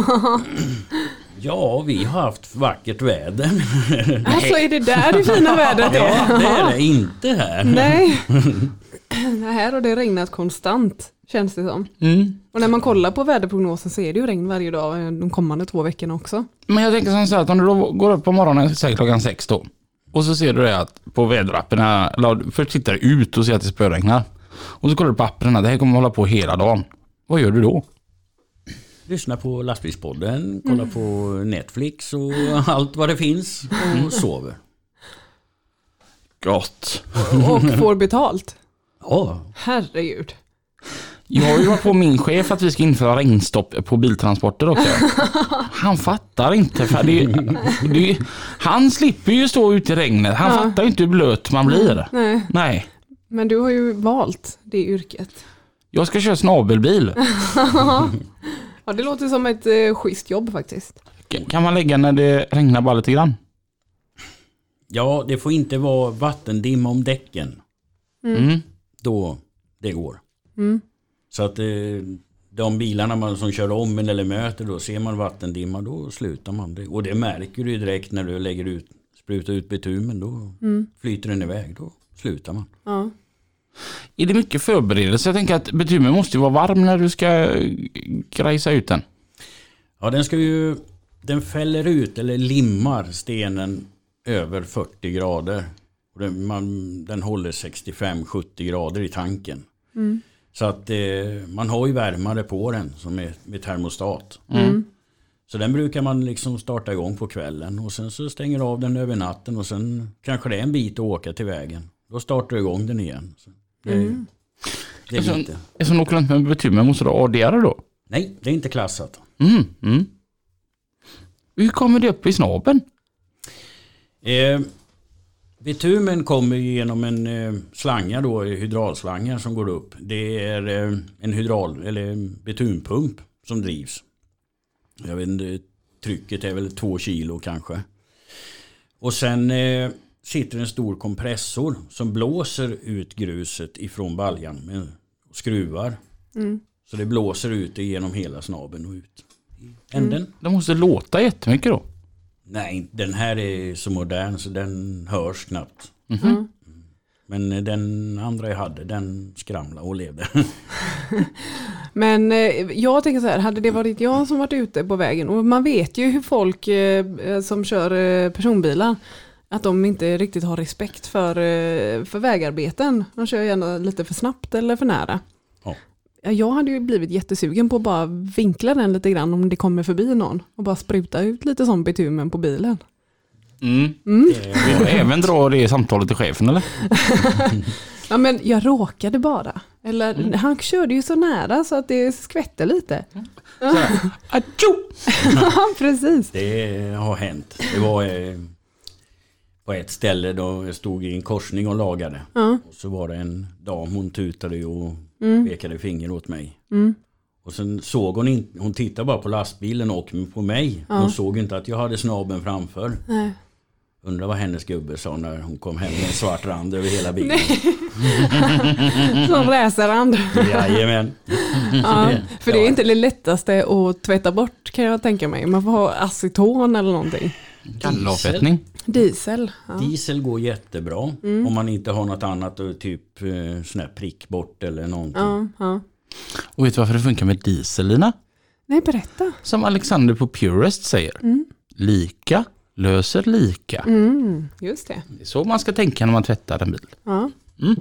Ja, vi har haft vackert väder. Alltså är det där det fina vädret är? Ja, det är det inte här. Nej. Nej, här har det regnat konstant, känns det som. Mm. Och när man kollar på väderprognosen så är det ju regn varje dag de kommande två veckorna också. Men jag tänker som så här, att om du då går upp på morgonen säg klockan sex då. Och så ser du det att på väderapparna, eller först tittar du ut och ser att det spöregnar. Och så kollar du på apparna, det här kommer hålla på hela dagen. Vad gör du då? Lyssna på lastbilspodden, kolla på Netflix och allt vad det finns och sover. Gott. Och får betalt. Ja, Herregud. Jag har ju varit på min chef att vi ska införa regnstopp på biltransporter också. Han fattar inte. För det, det, han slipper ju stå ute i regnet. Han Ja. fattar ju inte hur blöt man blir. Nej, Nej. men du har ju valt det yrket. Jag ska köra snabelbil. Ja, det låter som ett eh, schysst jobb faktiskt. Kan man lägga när det regnar bara lite grann? ja, det får inte vara vattendimma om däcken. Mm. Då det går. Mm. Så att eh, de bilarna man som kör om en eller möter, då ser man vattendimma, då slutar man det. Och det märker du direkt när du lägger ut, sprutar ut bitumen, då Mm. flyter den iväg, då slutar man. Ja. Är det mycket förberedelse? Jag tänker att bitumen måste ju vara varm när du ska grejsa ut den. Ja, den ska ju, den fäller ut eller limmar stenen över fyrtio grader. Och den, man, den håller sextiofem till sjuttio grader i tanken. Mm. Så att eh, man har ju värmare på den som är med termostat. Mm. Så den brukar man liksom starta igång på kvällen och sen så stänger av den över natten och sen kanske det är en bit att åka till vägen. Då startar du igång den igen. Så det, Mm. det är Eftersom, lite. eftersom du åker runt med bitumen måste du ha A D-are då? Nej, det är inte klassat. Mm. Mm. Hur kommer det upp i snabben? Eh, bitumen kommer ju genom en eh, slanga då, hydraulslangar som går upp. Det är eh, en hydral eller en bitumpunp som drivs. Jag vet inte, trycket är väl två kilo kanske. Och sen eh, sitter en stor kompressor som blåser ut gruset ifrån baljan med skruvar. Mm. Så det blåser ut det genom hela snabeln och ut i änden. Det måste låta jättemycket då. Nej, den här är så modern så den hörs knappt. Mm. Men den andra jag hade, den skramlade och levde. Men eh, jag tänker så här, hade det varit jag som varit ute på vägen och man vet ju hur folk eh, som kör eh, personbilar, att de inte riktigt har respekt för, för vägarbeten. De kör gärna lite för snabbt eller för nära. Ja. Jag hade ju blivit jättesugen på att bara vinkla den lite grann om det kommer förbi någon. Och bara spruta ut lite sån bitumen på bilen. Mm. Mm. Och även dra det samtalet till chefen, eller? Ja, men jag råkade bara. Eller mm. han körde ju så nära så att det skvätte lite. Mm. Ja, ja, precis. Det har hänt. Det var eh, på ett ställe då jag stod i en korsning och lagade. Mm. Och så var det en dam, hon tutade och mm. pekade finger åt mig. Mm. Och sen såg hon inte, hon tittade bara på lastbilen och på mig. Ja. Hon såg inte att jag hade snabben framför. Nej. Undrar vad hennes gubbe sa när hon kom hem med en svart rand över hela bilen. Som racerrand. Jajamän. Ja, för det är inte det lättaste att tvätta bort, kan jag tänka mig. Man får ha aceton eller någonting. Gallavfettning. Diesel. Ja. Diesel går jättebra. Mm. Om man inte har något annat, typ sån här prick bort eller någonting. Ja, ja. Och vet du varför det funkar med diesel, Lina? Nej, berätta. Som Alexander på Purest säger. Mm. Lika löser lika. Mm, just det. Det är så man ska tänka när man tvättar en bil. Ja. Mm.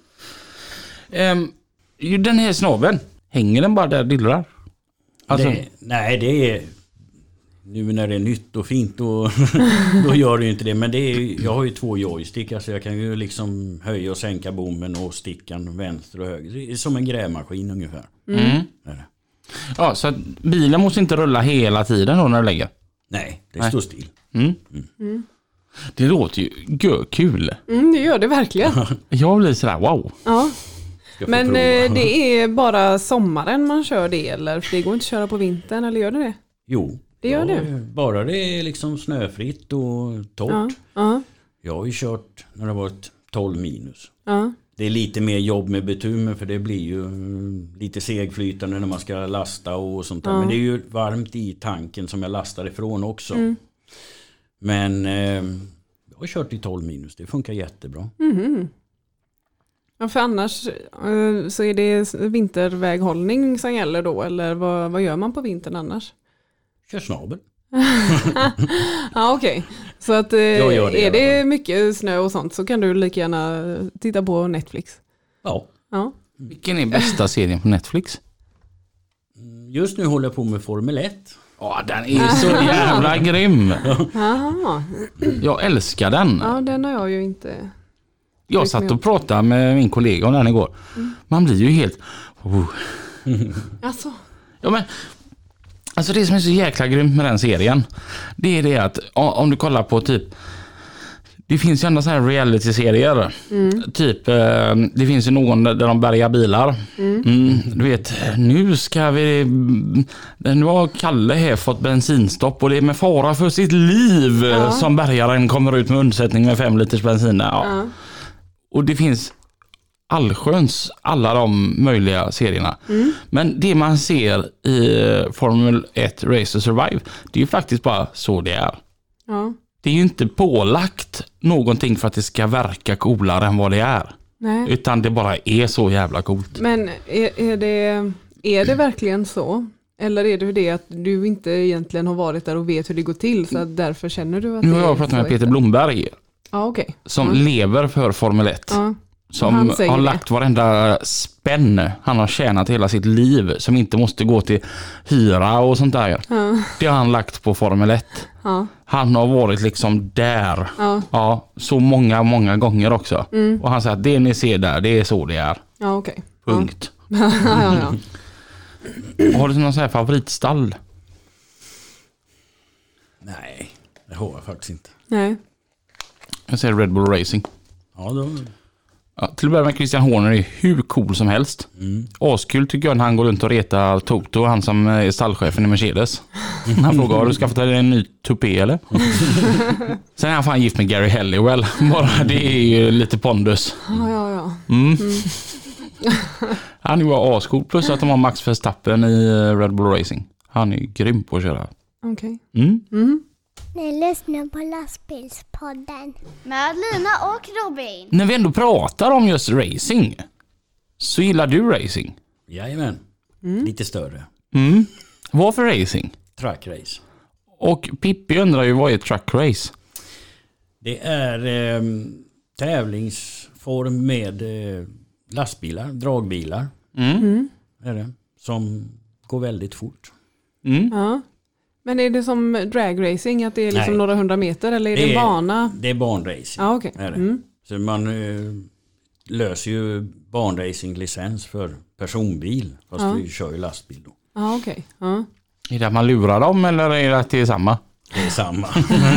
Mm. Um, den här snabeln, hänger den bara där dillrar? Alltså... Det, nej, det är... Nu när det är nytt och fint då, då gör det ju inte det. Men det är, jag har ju två joystickar så jag kan ju liksom höja och sänka bommen och stickan vänster och höger. Det är som en grävmaskin ungefär. Mm. Mm. Ja, så att bilen måste inte rulla hela tiden då när du lägger? Nej, det Nej. står still. Mm. Mm. Mm. Det låter ju kul. Mm, det gör det verkligen. Jag blir sådär, wow. Ja. Men eh, det är bara sommaren man kör det, eller? För det går inte att köra på vintern, eller gör det det? Jo. Det gör ja, det. Bara det är liksom snöfritt och torrt. Ja. Ja. Jag har ju kört när det har varit tolv minus. Ja. Det är lite mer jobb med bitumen för det blir ju lite segflytande när man ska lasta och sånt där. Ja. Men det är ju varmt i tanken som jag lastar ifrån också. Mm. Men eh, jag har kört i tolv minus. Det funkar jättebra. Mm. Ja, för annars eh, så är det vinterväghållning som gäller då. Eller vad, vad gör man på vintern annars? Kör snabel. Ja, okej. Okay. Så att eh, det är det mycket snö och sånt så kan du lika gärna titta på Netflix. Ja. Ja. Vilken är bästa serien på Netflix? Just nu håller jag på med Formel ett. Ja, den är så jävla grym. Aha. Jag älskar den. Ja, den har jag ju inte. Jag satt och pratade med min kollega om den igår. Mm. Man blir ju helt... Oh. Alltså. Ja, men... Alltså det som är så jäkla grymt med den serien, det är det att om du kollar på typ, det finns ju ändå så här reality-serier, mm. typ det finns ju någon där de bärgar bilar. Mm. Mm, du vet, nu ska vi, nu har Kalle här fått bensinstopp och det är med fara för sitt liv ja. som bärgaren kommer ut med undsättning med fem liters bensin. Ja. Ja. Och det finns allsköns alla de möjliga serierna. Mm. Men det man ser i Formel ett Race to Survive, det är ju faktiskt bara så det är. Ja. Det är ju inte pålagt någonting för att det ska verka coolare än vad det är. Nej. Utan det bara är så jävla coolt. Men är, är, det, är det verkligen så? Eller är det det att du inte egentligen har varit där och vet hur det går till så att därför känner du att nu det är har jag pratat med Peter Blomberg. Ja, okay. Som ja. lever för Formel ett. Ja. Som har lagt varenda spänn han har tjänat hela sitt liv. Som inte måste gå till hyra och sånt där. Ja. Det har han lagt på Formel ett. Ja. Han har varit liksom där. Ja. Ja, så många, många gånger också. Mm. Och han säger att det ni ser där, det är så det är. Ja, okej. Okay. Punkt. Ja. ja, ja, ja. Har du någon sån här favoritstall? Nej, det har jag faktiskt inte. Nej. Jag säger Red Bull Racing. Ja, då... Ja, till att börja med Christian Horner är hur cool som helst. Mm. Askul tycker jag när han går runt och retar Toto, han som är stallchefen i Mercedes. Han frågar, har du skaffat dig en ny tupé eller? Sen är han fan gift med Gary Halliwell. Bara det är ju lite pondus. Ja, ja, ja. Mm. Mm. Han är ju askul, plus att de har Max Verstappen i Red Bull Racing. Han är ju grym på att köra. Okej. Okay. Mm. Mm. Ni lyssnar på Lastbilspodden med Lina och Robin. När vi ändå pratar om just racing, så gillar du racing? Jajamän, mm. lite större. Mm. Vad för racing? Truck race. Och Pippi undrar ju, vad är truck race? Det är eh, tävlingsform med eh, lastbilar, dragbilar. Mm. Mm. Är det, som går väldigt fort. Mm. Ja. Men är det som dragracing, att det är liksom Nej. några hundra meter, eller är det, Det en är- bana? Det är banracing. Ja, okej. Är det. Mm. Så man eh, löser ju banracing-licens för personbil. Fast Ja. vi kör ju lastbil då. Ja, okej. Ja. Är det att man lurar dem eller är det att det är samma? Det är samma.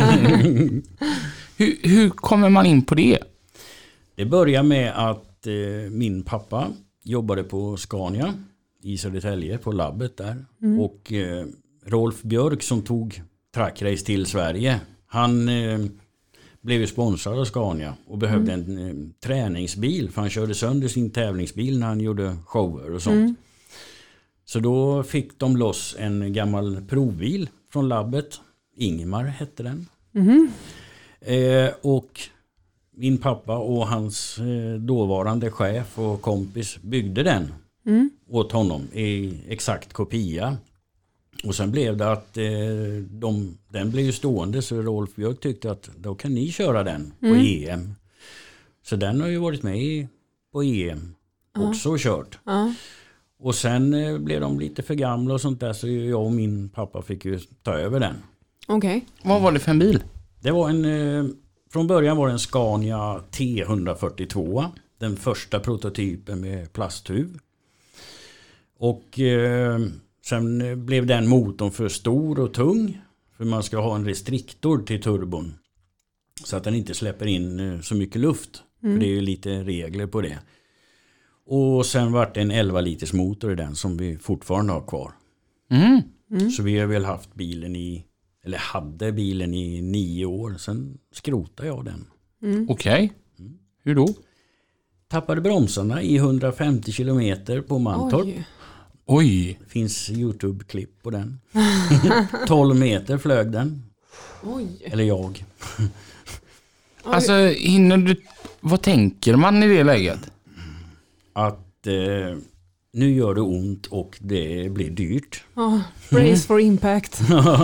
Hur, hur kommer man in på det? Det börjar med att eh, min pappa jobbade på Scania i Södertälje på labbet där. Mm. Och eh, Rolf Björk som tog trackrace till Sverige, han eh, blev ju sponsrad av Scania och behövde en eh, träningsbil, för han körde sönder sin tävlingsbil när han gjorde shower och sånt. Mm. Så då fick de loss en gammal provbil från labbet. Ingemar hette den. Mhm. Eh, och min pappa och hans eh, dåvarande chef och kompis byggde den Mm. åt honom i exakt kopia. Och sen blev det att eh, de, den blev ju stående, så Rolf Björk tyckte att då kan ni köra den på Mm. E M. Så den har ju varit med i, på E M också och kört. Ja. Och sen eh, blev de lite för gamla och sånt där, så jag och min pappa fick ju ta över den. Okej. Vad var det för en bil? Det var en, eh, från början var det en Scania T etthundrafyrtiotvå. Den första prototypen med plasthuv. Och eh, sen blev den motorn för stor och tung. För man ska ha en restriktor till turbon. Så att den inte släpper in eh, så mycket luft. Mm. För det är ju lite regler på det. Och sen var det en elva liters motor i den som vi fortfarande har kvar. Mm. Mm. Så vi har väl haft bilen i, eller hade bilen i nio år. Sen skrotade jag den. Mm. Okej. Hur då? Tappade bromsarna i hundrafemtio kilometer på Mantorp. Oj. Oj. Finns YouTube-klipp på den. tolv meter flög den. Oj. Eller jag. Alltså, hinner du... Vad tänker man i det läget? Att eh, nu gör det ont och det blir dyrt. Ja, brace for impact.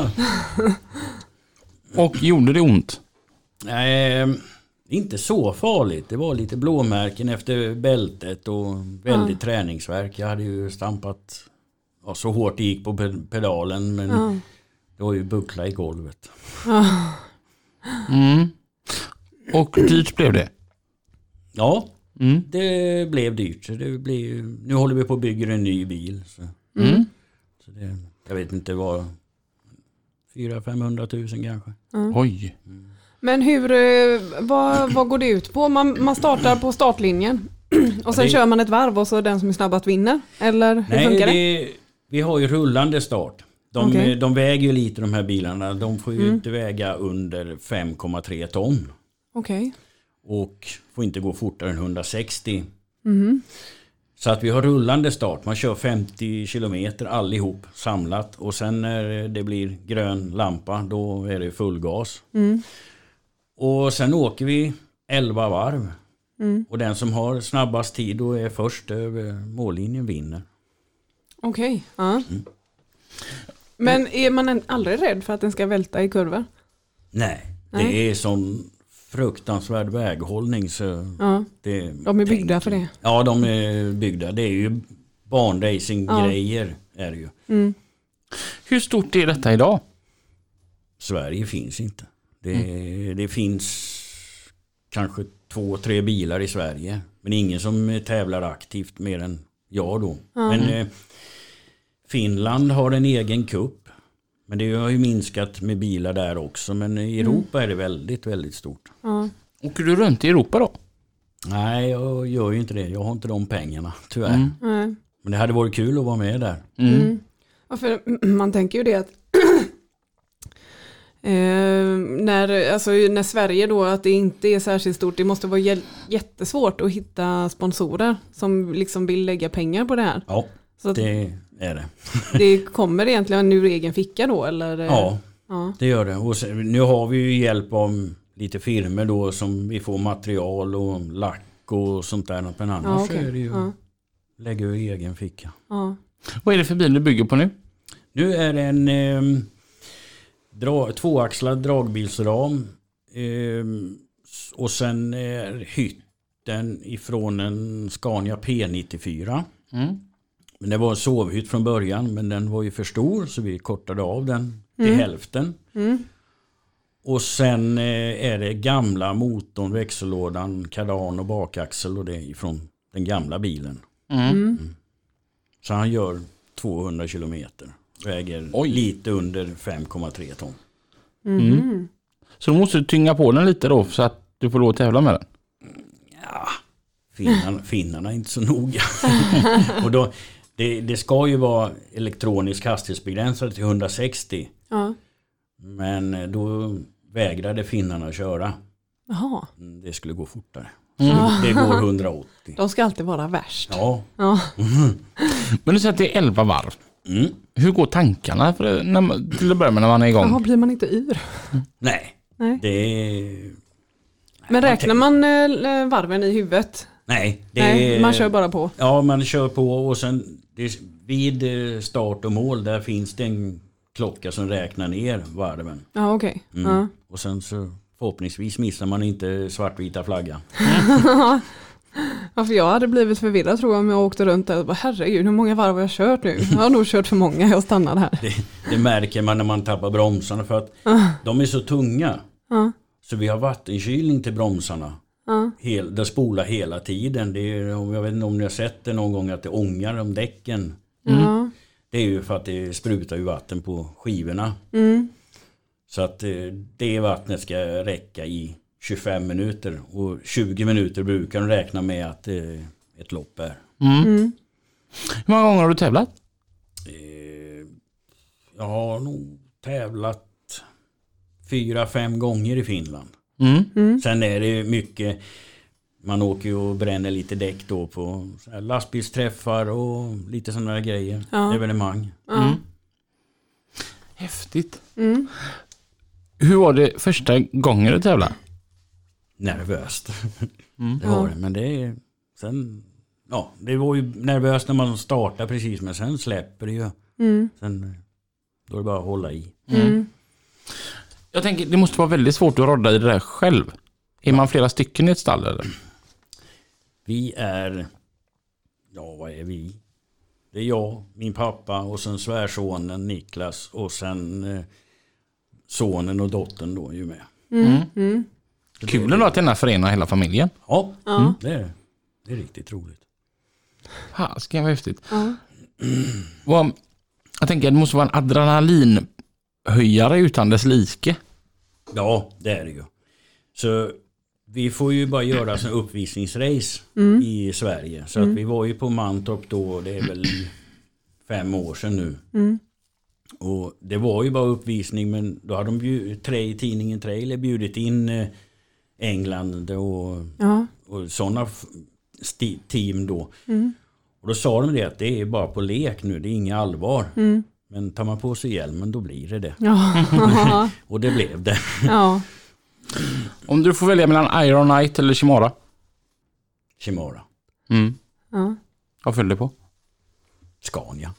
Och gjorde det ont? Nej, inte så farligt. Det var lite blåmärken efter bältet och väldigt Ja. träningsverk. Jag hade ju stampat ja, så hårt det gick på pe- pedalen, men Ja. det var ju buckla i golvet. Ja. Mm. Och dyrt blev det? Ja, Mm. det blev dyrt. Så det blev, nu håller vi på att bygga en ny bil. Så, Mm. så det, jag vet inte vad, fyra femhundra tusen kanske. Oj. Men hur, eh, vad, vad går det ut på? Man, man startar på startlinjen och sen det- kör man ett varv och så den som är snabbast vinner? Eller hur Nej, funkar det? det, vi har ju rullande start. De, Okej. de väger ju lite de här bilarna. De får ju Mm. inte väga under fem komma tre ton. Okej. Och får inte gå fortare än hundrasextio. Mhm. Så att vi har rullande start. Man kör femtio kilometer allihop samlat. Och sen när det blir grön lampa, då är det full gas. Mm. Och sen åker vi elva varv. Mm. Och den som har snabbast tid och är först över mållinjen vinner. Okej, ja. Mm. Men är man en- aldrig rädd för att den ska välta i kurvor? Nej, Nej. det är sån fruktansvärd väghållning så Ja, det, de är byggda för det. Ja, de är byggda. Det är ju barnracing-grejer är det ju. Mm. Hur stort är detta idag? Sverige finns inte. Det, det finns kanske två, tre bilar i Sverige. Men ingen som tävlar aktivt mer än jag då. Ja. Men eh, Finland har en egen kupp. Men det har ju minskat med bilar där också. Men i Europa är det väldigt, väldigt stort. Ja. Åker du runt i Europa då? Nej, jag gör ju inte det. Jag har inte de pengarna, tyvärr. Mm. Nej. Men det hade varit kul att vara med där. Mm. Mm. Ja, för man tänker ju det att eh, när, alltså, när Sverige då, att det inte är särskilt stort, det måste vara jä- jättesvårt att hitta sponsorer som liksom vill lägga pengar på det här. Ja, Så att det är det. det kommer egentligen ur egen ficka då, eller? Ja, Ja. det gör det. Och sen, nu har vi ju hjälp av lite firmor då som vi får material och lack och sånt där. Men annars Ja, okej. är det ju Ja. lägga ur egen ficka. Ja. Vad är det för bil du bygger på nu? Nu är det en eh, dra, tvåaxlad dragbilsram Ehm, och sen är hytten ifrån en Scania P nittiofyra. Mm. Men det var en sovhytt från början, men den var ju för stor så vi kortade av den till Mm. hälften. Mm. Och sen eh, är det gamla motorn, växellådan, kardan och bakaxel och det ifrån den gamla bilen. Mm. Mm. Så han gör tvåhundra kilometer. Väger Oj. lite under fem komma tre ton. Mm. Mm. Så du måste tynga på den lite då så att du får lov att tävla med den? Ja, finnarna, finnarna är inte så noga. Och då, det, det ska ju vara elektronisk hastighetsbegränsad till hundrasextio. Ja. Men då vägrade finnarna köra. Jaha. Det skulle gå fortare. Mm. Det går hundraåttio. De ska alltid vara värst. Ja. Ja. Men du säger att det är elva varv. Mm. Hur går tankarna för när man, till att börja med när man är igång? Jaha, blir man inte yr? Nej. Nej. Det är... Men räknar man eh, varven i huvudet? Nej. Det Nej, är... man kör bara på. Ja, man kör på och sen det, vid eh, start och mål där finns det en klocka som räknar ner varven. Ja, okej. Okay. Mm. Ja. Och sen så förhoppningsvis missar man inte svartvita flaggan. Ja, för jag hade blivit förvirrad tror jag om jag åkte runt där och bara, herregud, hur många varv har jag kört nu? Jag har nog kört för många, jag stannar här. Det, det märker man när man tappar bromsarna för att uh. de är så tunga. Uh. Så vi har vattenkylning till bromsarna. Uh. Hel, det spolar hela tiden. Det är, jag vet inte om ni har sett det någon gång att det ångar om däcken. Mm. Det är ju för att det sprutar ju vatten på skivorna. Mm. Så att det vattnet ska räcka i tjugofem minuter. Och tjugo minuter brukar de räkna med att ett lopp är. Mm. Mm. Hur många gånger har du tävlat? Jag har nog tävlat fyra, fem gånger i Finland. Mm. Mm. Sen är det mycket, man åker ju och bränner lite däck då på så här lastbilsträffar och lite sådana här grejer, ja. evenemang. Ja. Mm. Häftigt. Mm. Hur var det första gången du tävlade? Nervöst. Mm. Det var det, men det är sen, ja, det var ju nervöst när man startar precis, men sen släpper det ju. Mm. Sen då är det bara att hålla i. Mm. Jag tänker, det måste vara väldigt svårt att rodda i det där själv. Är man flera stycken i ett stall eller? Vi är, ja vad är vi? Det är jag, min pappa och sen svärsonen Niklas och sen eh, sonen och dottern då är ju med. Mm. Mm. Kul ändå att denna förenar hela familjen. Ja, Ja. mm. det, är, det är riktigt roligt. Ha, ska vara häftigt. Ja. Vad, jag tänker att det måste vara en adrenalinhöjare utan dess like. Ja, det är det ju. Så vi får ju bara göra en uppvisningsrace Mm. i Sverige. Så Mm. att vi var ju på Mantorp då, det är väl fem år sedan nu. Mm. Och det var ju bara uppvisning, men då hade de bjud, tre, tidningen Trailer bjudit in eh, England och, Ja. och sådana f- sti- team då. Mm. Och då sa de det att det är bara på lek nu, det är inga allvar. Mm. Men tar man på sig hjälmen då blir det det. Ja. Och det blev det. Ja. Om du får välja mellan Iron Knight eller Shimara? Shimara. Mm. Ja. Vad följer det på? Scania.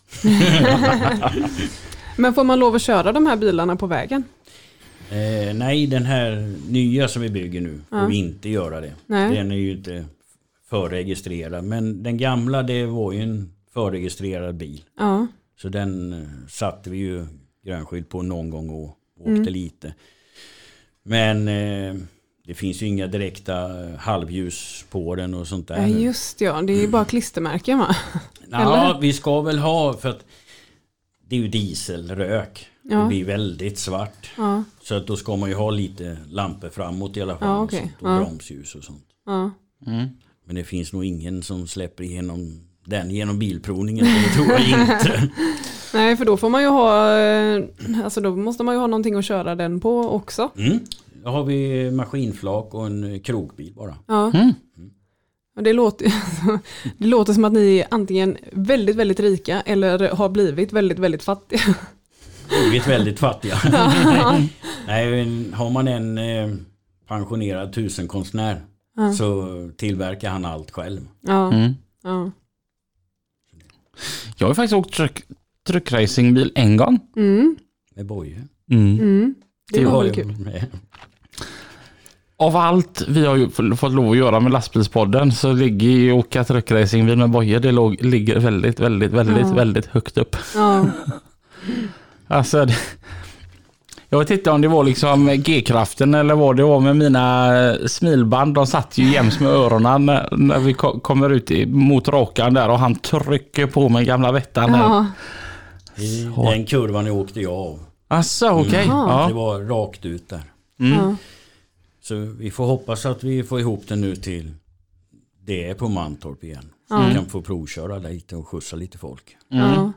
Men får man lov att köra de här bilarna på vägen? Eh, nej, den här nya som vi bygger nu får Ja. vi inte göra det. Nej. Den är ju inte förregistrerad. Men den gamla, det var ju en förregistrerad bil. Ja. Så den eh, satte vi ju grönskydd på någon gång och åkte Mm. lite. Men eh, det finns ju inga direkta eh, halvljus på den och sånt där. Ja, nu. just ja. Det är ju bara klistermärken va? Ja, eller? vi ska väl ha, för att det är ju dieselrök. Ja. Det blir väldigt svart. Ja. Så att då ska man ju ha lite lampor framåt i alla fall. Ja, och, okej. sånt, och Ja. bromsljus och sånt. Ja. Mm. Men det finns nog ingen som släpper igenom den genom bilprovningen. Det tror jag inte. Nej, för då får man ju ha, eh, alltså då måste man ju ha någonting att köra den på också. Mm. Då har vi maskinflak och en krokbil bara. Ja. Mm. Och det låter, det låter som att ni är antingen väldigt, väldigt rika eller har blivit väldigt, väldigt fattiga. Blivit väldigt fattiga. Nej, men har man en eh, pensionerad tusenkonstnär Ja. så tillverkar han allt själv. Ja. Mm. Ja. Jag har faktiskt åkt truck, truckracingbil en gång. Mm. Med boje. Mm. Mm. Det Det var har väl jag kul. med. Av allt vi har ju fått lov att göra med lastbilspodden så ligger ju åka truckracing vid med bojer. Det låg, ligger väldigt, väldigt, väldigt, ja. väldigt högt upp. Ja. Alltså, det, jag vet inte om det var liksom G-kraften eller vad det var med mina smilband. De satt ju jäms med öronen när, när vi ko- kommer ut i, mot rakan där och han trycker på med gamla vettan. Ja. I den kurvan åkte jag av. Asså, okej. Okay. Mm. Ja. Det var rakt ut där. Mm. Ja. Så vi får hoppas att vi får ihop den nu till det är på Mantorp igen. Så mm. vi kan få provköra lite och skjutsa lite folk. Mm. Ja,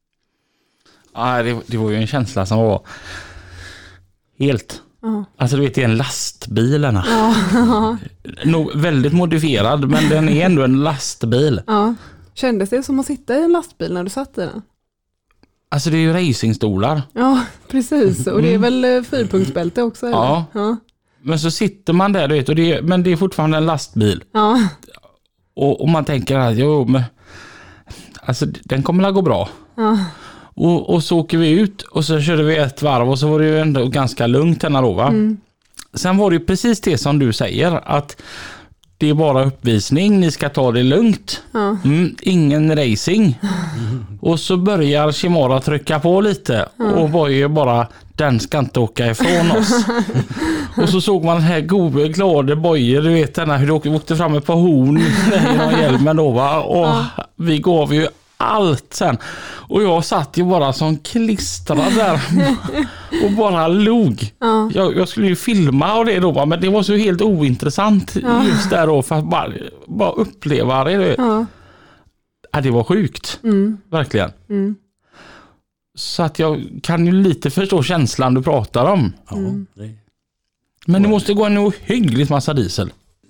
ja det, det var ju en känsla som var helt... Ja. Alltså du vet, det är en lastbilarna. Ja. Nog väldigt modifierad, men den är ändå en lastbil. Ja. Kändes det som att sitta i en lastbil när du satt i den? Alltså det är ju racingstolar. Ja, precis. Och det är väl fyrpunktsbälte också? Eller? Ja. ja. Men så sitter man där, du vet, och det är, men det är fortfarande en lastbil. Ja. Och, och man tänker att jo, men, alltså den kommer att gå bra. Ja. Och, och så åker vi ut och så körde vi ett varv och så var det ju ändå ganska lugnt denna då, va? Mm. Sen var det ju precis det som du säger, att det är bara uppvisning, ni ska ta det lugnt. Ja. Mm, ingen racing. Mm. Och så börjar Shimara trycka på lite ja. Och var ju bara, den ska inte åka ifrån oss. Och så såg man den här goda, glada Bojer, du vet den här, hur de åkte fram ett par horn i hjälmen då, va? Och ja. Vi gav ju allt sen. Och jag satt ju bara som klistrad där och bara log. Ja. Jag, jag skulle ju filma av det då, men det var så helt ointressant ja. Just där då, för att bara, bara uppleva det. Ja. Ja, det var sjukt. Mm. Verkligen. Mm. Så att jag kan ju lite förstå känslan du pratar om. Mm. Ja, det... Men det måste gå en ohyggligt massa diesel.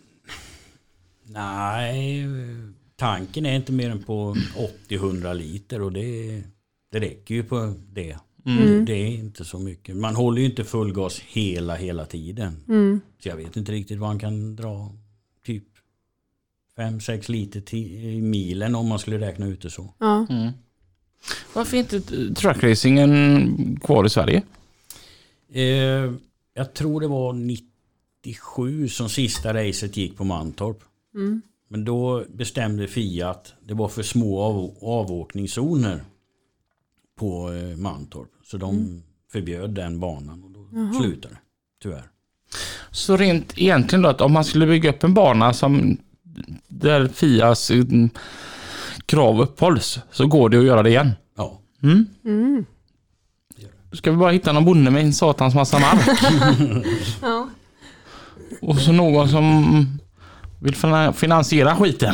Nej, tanken är inte mer än på åttio till hundra liter och det, det räcker ju på det. Mm. Det är inte så mycket. Man håller ju inte full gas hela, hela tiden. Mm. Så jag vet inte riktigt vad man kan dra. Typ fem sex liter till, i milen om man skulle räkna ut det så. Ja. Mm. Varför är inte truckracingen kvar i Sverige? Eh, jag tror det var nittiosju som sista racet gick på Mantorp. Mm. Men då bestämde Fiat, det var för små av, avåkningszoner på eh, Mantorp. Så de mm. förbjöd den banan och då Jaha. Slutade det, tyvärr. Så rent egentligen då, att om man skulle bygga upp en bana som där Fias mm, krav upphålls så går det att göra det igen? Ja. Mm. Mm. Ska vi bara hitta någon bonde med en satans massa mark? Ja. Och så någon som vill finansiera skiten.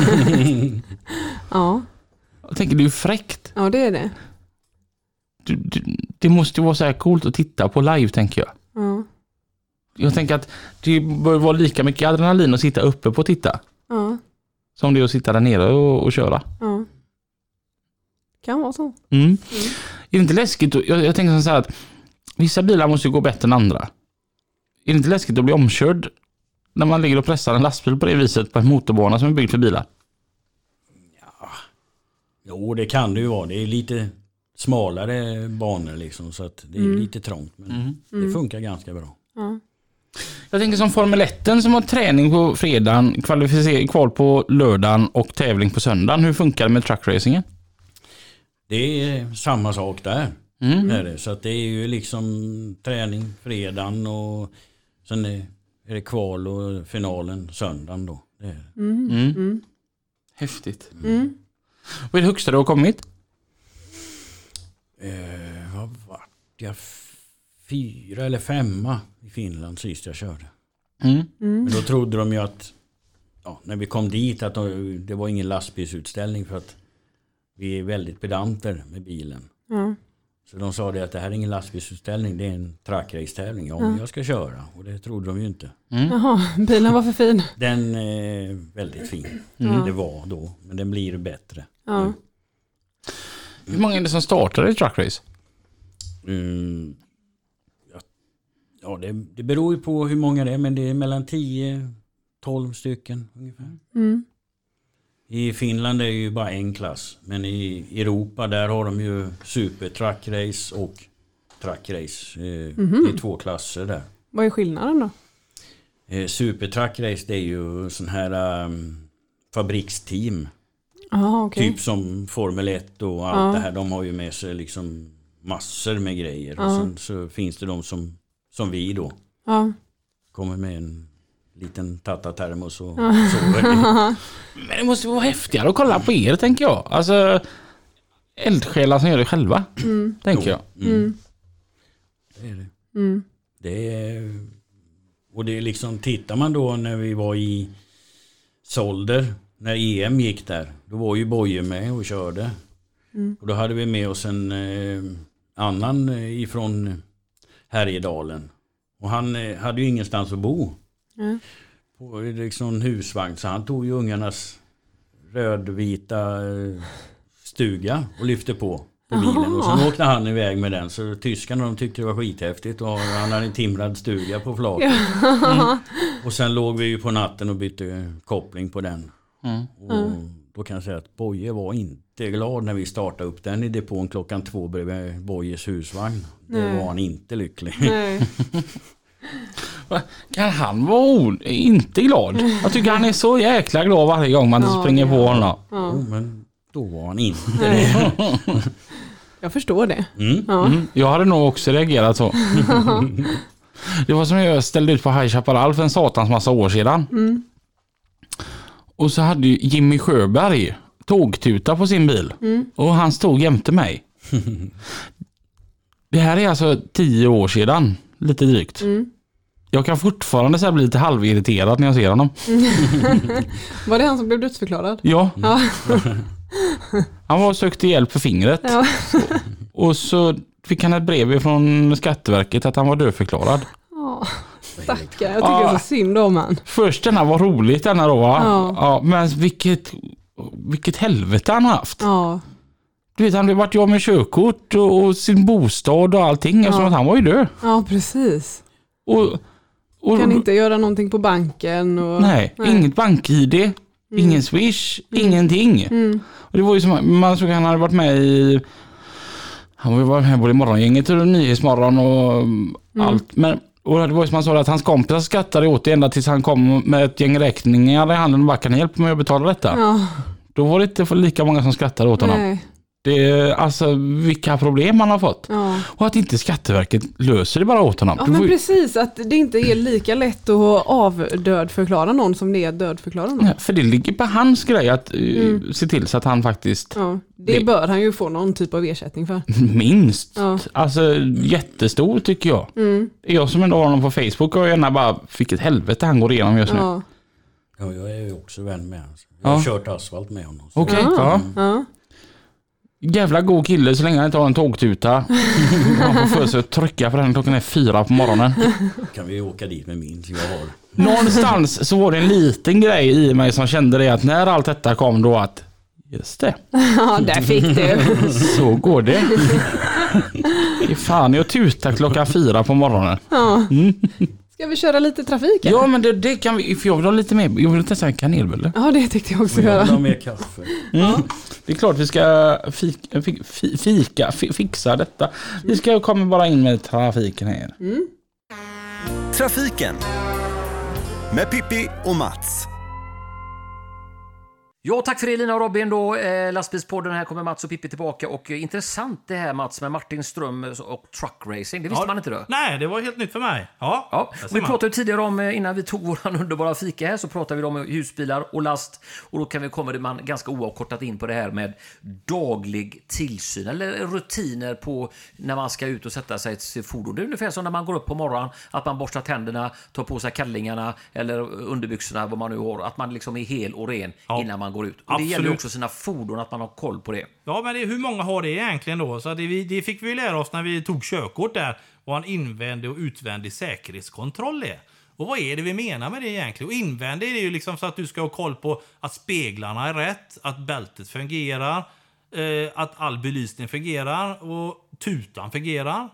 Ja. Jag tänker, det är ju fräckt. Ja, det är det. Det, det, det måste ju vara så här coolt att titta på live, tänker jag. Ja. Jag tänker att det bör vara lika mycket adrenalin att sitta uppe på och titta. Ja. Som det är att sitta där nere och, och köra. Ja. Kan vara så. Mm. Mm. Är det inte läskigt? Jag, jag tänker så här att vissa bilar måste ju gå bättre än andra. Är det inte läskigt att bli omkörd när man ligger och pressar en lastbil på det viset på en motorbana som är byggd för bilar? Ja. Jo, det kan det ju vara. Det är lite smalare banor liksom, så att det är mm. lite trångt. Men mm. det funkar ganska bra. Ja. Jag tänker som Formel ett som har träning på fredagen, kvalificering kval på lördagen och tävling på söndagen. Hur funkar det med truckracingen? Det är samma sak där. Mm. Är det. Så att det är ju liksom träning fredagen och sen är det kval och finalen söndagen då. Det är det. Mm. Mm. Mm. Häftigt. Mm. Vad är det högsta du har kommit? Eh, vad var jag? Fyra eller femma i Finland sist jag körde. Mm. Mm. Men då trodde de ju att ja, när vi kom dit att det var ingen lastbilsutställning för att vi är väldigt pedanter med bilen. Mm. Så de sa det att det här är ingen lastbilsutställning, det är en truckrace-tävling. Ja, mm. men jag ska köra. Och det trodde de ju inte. Mm. Jaha, bilen var för fin. Den är väldigt fin. Mm. Det var då, men den blir bättre. Ja. Mm. Hur många är det som startar i truckrace? Mm. Ja, ja det, det beror ju på hur många det är, men det är mellan tio tolv stycken ungefär. Mm. I Finland är det ju bara en klass, men i Europa där har de ju super truckrace och truckrace. Eh, mm-hmm. Det är två klasser där. Vad är skillnaden då? Eh, Supertruck Race, det är ju sån här um, fabriksteam. Aha, okay. Typ som Formel ett och allt ja. det här. De har ju med sig liksom massor med grejer. Ja. Och sen så finns det de som, som vi då. Ja. Kommer med en liten tatatermos och ja. sover. Men det måste vara häftigare att kolla på er, tänker jag. Alltså, eldsjälar som gör det själva, mm. tänker jag. Mm. Mm. Det är det. Mm. Det är... Och det är liksom, tittar man då när vi var i Solder, när E M gick där, då var ju Boje med och körde. Mm. Och då hade vi med oss en eh, annan eh, ifrån Härjedalen. Och han eh, hade ju ingenstans att bo. Mm. På liksom husvagn, så han tog ju ungarnas rödvita eh, stuga och lyfte på. På bilen. Och så åkte han iväg med den. Så tyskarna, de tyckte det var skithäftigt. Och han hade en timrad stuga på flaket. Mm. Och sen låg vi ju på natten och bytte koppling på den. Mm. Och då kan jag säga att Boje var inte glad när vi startade upp den i depån klockan två bredvid Bojes husvagn. Då Nej. var han inte lycklig. Nej. Kan han vara inte glad? Jag tycker han är så jäkla glad varje gång man ja, springer på honom. Ja. Oh, men då var han inte det. Jag förstår det. Mm. Ja. Mm. Jag hade nog också reagerat så. Det var som jag ställde ut på High Chaparral för en satans massa år sedan. Mm. Och så hade ju Jimmy Sjöberg tågtuta på sin bil. Mm. Och han stod jämte mig. Det här är alltså tio år sedan. Lite drygt. Mm. Jag kan fortfarande så här bli lite halvirriterad när jag ser honom. Var det han som blev dödsförklarad? Ja. Ja. Han var och sökte hjälp för fingret. Ja. Och så fick han ett brev från Skatteverket att han var dödförklarad. Ja, stackare. Jag tycker ja. det är så synd om han. Först denna var roligt denna då va? Ja. Ja, men vilket, vilket helvete han har haft. Ja. Du vet, han har varit jag med körkort och, och sin bostad och allting. Ja. Eftersom att han var ju död. Ja, precis. Och, och kan inte göra någonting på banken. Och, nej, nej, inget bank-I D. Mm. Ingen Swish, mm. ingenting. Mm. Och det var ju som man såg, han hade varit med i han var ju varit med både i morgongänget och Nyhetsmorgon och mm. allt. Men och det var ju som man sa att hans kompisar skattade åt det ända tills han kom med ett gäng räkningar i handen och bara, kan ni hjälpa mig att betala detta? Ja. Då var det inte för lika många som skattade åt honom. Nej. Det är alltså vilka problem man har fått. Ja. Och att inte Skatteverket löser det bara åt honom. Ja, men får... precis, att det inte är lika lätt att avdödförklara någon som det är att dödförklara någon. Ja, för det ligger på hans grej att mm. se till så att han faktiskt... Ja, det, det bör han ju få någon typ av ersättning för. Minst. Ja. Alltså jättestor tycker jag. Mm. Jag som ändå har honom på Facebook och gärna bara, vilket helvete han går igenom just nu. Ja, ja jag är ju också vän med honom. Jag har ja. kört asfalt med honom. Okej, okay. ja. Mm. ja. Jävla god kille så länge han inte har en tågtuta. Man får för sig att trycka för den klockan är fyra på morgonen. Kan vi åka dit med min som jag har. Någonstans så var det en liten grej i mig som kände det att när allt detta kom då att just det. Ja, där fick du. Så går det. Det är fan, jag tutar klockan fyra på morgonen. Ja. Mm. Ska vi köra lite trafik? Eller? Ja, men det, det kan vi, för jag vill ha lite mer, jag vill testa en kanelbulle. Ja, det tyckte jag också. Och jag vill ha mer kaffe. Mm. Ja. Det är klart vi ska fika, fika fixa detta. Vi ska komma bara in med trafiken här. Mm. Trafiken med Pippi och Mats. Ja, tack för det Lina och Robin då. Eh, lastbilspodden, här kommer Mats och Pippi tillbaka. Och eh, intressant det här Mats med Martin Ström och truck racing. Det visste ja, man inte då. Nej, det var helt nytt för mig. Ja, ja. Vi pratade ju tidigare om, innan vi tog våran underbara fika här, så pratade vi om husbilar och last. Och då kan vi komma man ganska oavkortat in på det här med daglig tillsyn. Eller rutiner på när man ska ut och sätta sig i ett fordon. Det är ungefär som när man går upp på morgonen. Att man borstar tänderna, tar på sig kallingarna eller underbyxorna, vad man nu har. Att man liksom är hel och ren ja. innan man går ut. Och det gäller ju också sina fordon, att man har koll på det. Ja, men det, hur många har det egentligen då? Så det, det fick vi lära oss när vi tog körkort där. Vad en invändig och utvändig säkerhetskontroll är. Och vad är det vi menar med det egentligen? Och invändig är ju liksom så att du ska ha koll på att speglarna är rätt, att bältet fungerar, eh, att all belysning fungerar och tutan fungerar.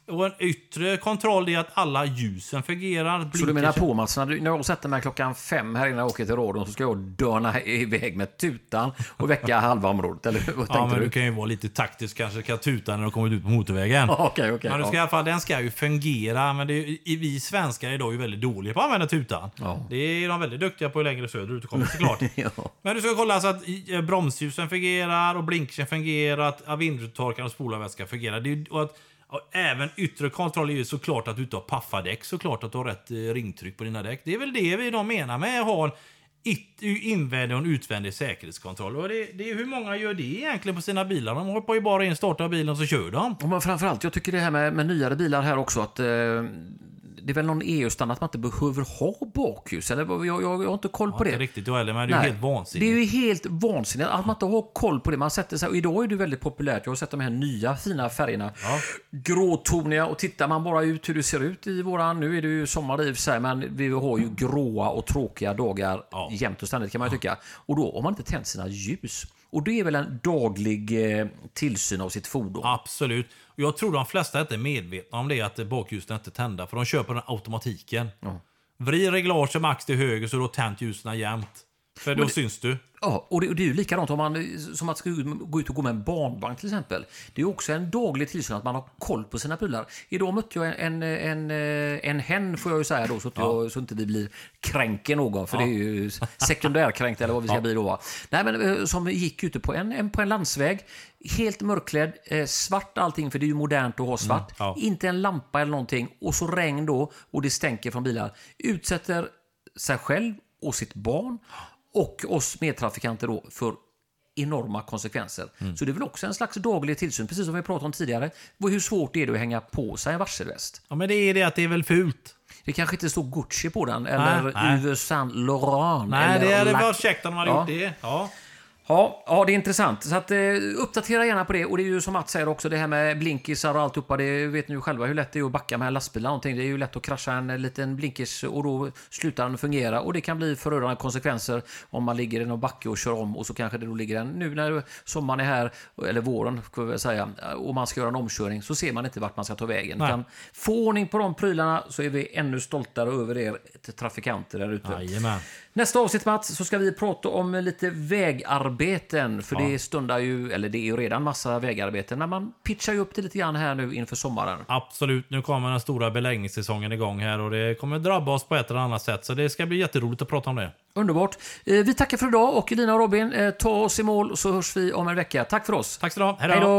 Och en yttre kontroll är att alla ljusen fungerar. Så du menar på Mats, när, du, när jag sätter mig klockan fem här innan jag åker till radion så ska jag dörna iväg med tutan och väcka halva området, eller vad ja, men du? du kan ju vara lite taktisk, kanske kan tuta när du kommer ut på motorvägen. Okej, okej. Men du ska ja. i alla fall, den ska ju fungera, men det är, vi svenskar idag är ju väldigt dåliga på att använda tutan. Ja. Det är de väldigt duktiga på längre söderut du kommer såklart. ja. Men du ska kolla så att bromsljusen fungerar och blinksen fungerar, att vindrutetorkaren och spolarväskan fungerar. Det är, och att och även yttre kontroll är ju såklart att du inte har paffadäck, såklart att du har rätt ringtryck på dina däck. Det är väl det vi de menar med att ha en invändig och en utvändig säkerhetskontroll. Och det, det är hur många gör det egentligen på sina bilar? De hoppar ju bara in, startar bilen och så kör de. Men framförallt, jag tycker det här med, med nyare bilar här också att eh, det är väl någon E U-standard att man inte behöver ha bakljus. Eller jag, jag, jag har inte koll på ja, det. Inte riktigt, men det är ju helt vansinnigt. Det är ju helt vansinnigt att man inte har koll på det. Man sätter sig, och idag är det väldigt populärt. Jag har sett de här nya fina färgerna. Ja. Gråtoniga, och tittar man bara ut hur det ser ut i våran, nu är det ju sommar i och för sig, men vi har ju gråa och tråkiga dagar ja. jämt och ständigt kan man ju tycka. Och då har man inte tänt sina ljus. Och det är väl en daglig eh, tillsyn av sitt fordon. Absolut. Och jag tror de flesta inte är medvetna om det, att bakljusen inte är tända. För de köper den automatiken. Ja. Vrid reglaget max till höger så då tänt ljusen jämt. För då det, syns du. Ja, och det, och det är ju likadant om man, som att ska gå ut och gå med en barnvagn till exempel. Det är också en daglig tillsyn att man har koll på sina prylar. Idag mötte jag en, en, en, en hen, får jag ju säga då, så att, ja. jag, så inte vi blir kränken någon. För ja. det är ju sekundärkränkt eller vad vi ska ja. bli då. Nej, men som gick ute på en, en, på en landsväg. Helt mörklädd, eh, svart allting, för det är ju modernt att ha svart. Mm, ja. Inte en lampa eller någonting. Och så regn då, och det stänker från bilar. Utsätter sig själv och sitt barn och oss medtrafikanter då för enorma konsekvenser. Mm. Så det är väl också en slags daglig tillsyn, precis som vi pratade om tidigare. Hur svårt är det att hänga på sig en varselväst? Ja, men det är det att det är väl fult. Det kanske inte står Gucci på den, eller Yves Saint Laurent. Nej, eller det hade varit käckt om de hade ja. gjort det. Ja. Ja, ja, det är intressant. Så att, eh, uppdatera gärna på det. Och det är ju som Mats säger också, det här med blinkisar och alltihopa. Det vet ni ju själva hur lätt det är att backa med lastbilar. Någonting. Det är ju lätt att krascha en liten blinkis och då slutar den fungera. Och det kan bli förödande konsekvenser om man ligger i någon backe och kör om. Och så kanske det då ligger en, nu när sommaren är här, eller våren kan vi säga, och man ska göra en omkörning, så ser man inte vart man ska ta vägen. Utan få ordning på de prylarna, så är vi ännu stoltare över er trafikanter där ute. Jajamän. Nästa avsnitt, Mats, så ska vi prata om lite vägarbeten. För ja. det stundar ju, eller det är ju redan massa vägarbeten. Men man pitchar ju upp det lite grann här nu inför sommaren. Absolut, nu kommer den stora beläggningssäsongen igång här. Och det kommer drabba oss på ett eller annat sätt. Så det ska bli jätteroligt att prata om det. Underbart. Vi tackar för idag, och Lina och Robin, ta oss i mål, så hörs vi om en vecka. Tack för oss. Tack så du ha. Hej då.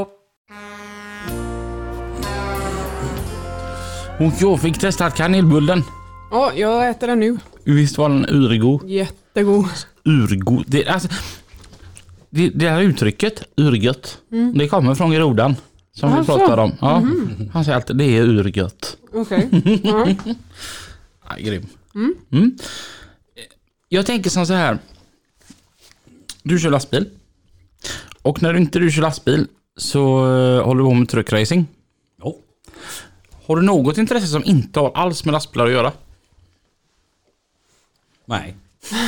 Och jag fick testa kanelbullen. Ja, jag äter den nu. Visst var den urgod? Jättegod. Urgod. Det, alltså, det, det här uttrycket, urgött, mm. det kommer från grodan som alltså. vi pratar om. Ja. Mm. Han säger alltid, det är urgött. Okej. Okay. Ja. Ja, grym. Mm. Mm. Jag tänker som så här. Du kör lastbil. Och när du inte du kör lastbil så uh, håller du på med truckracing. Ja. Har du något intresse som inte har alls med lastbilar att göra? Nej.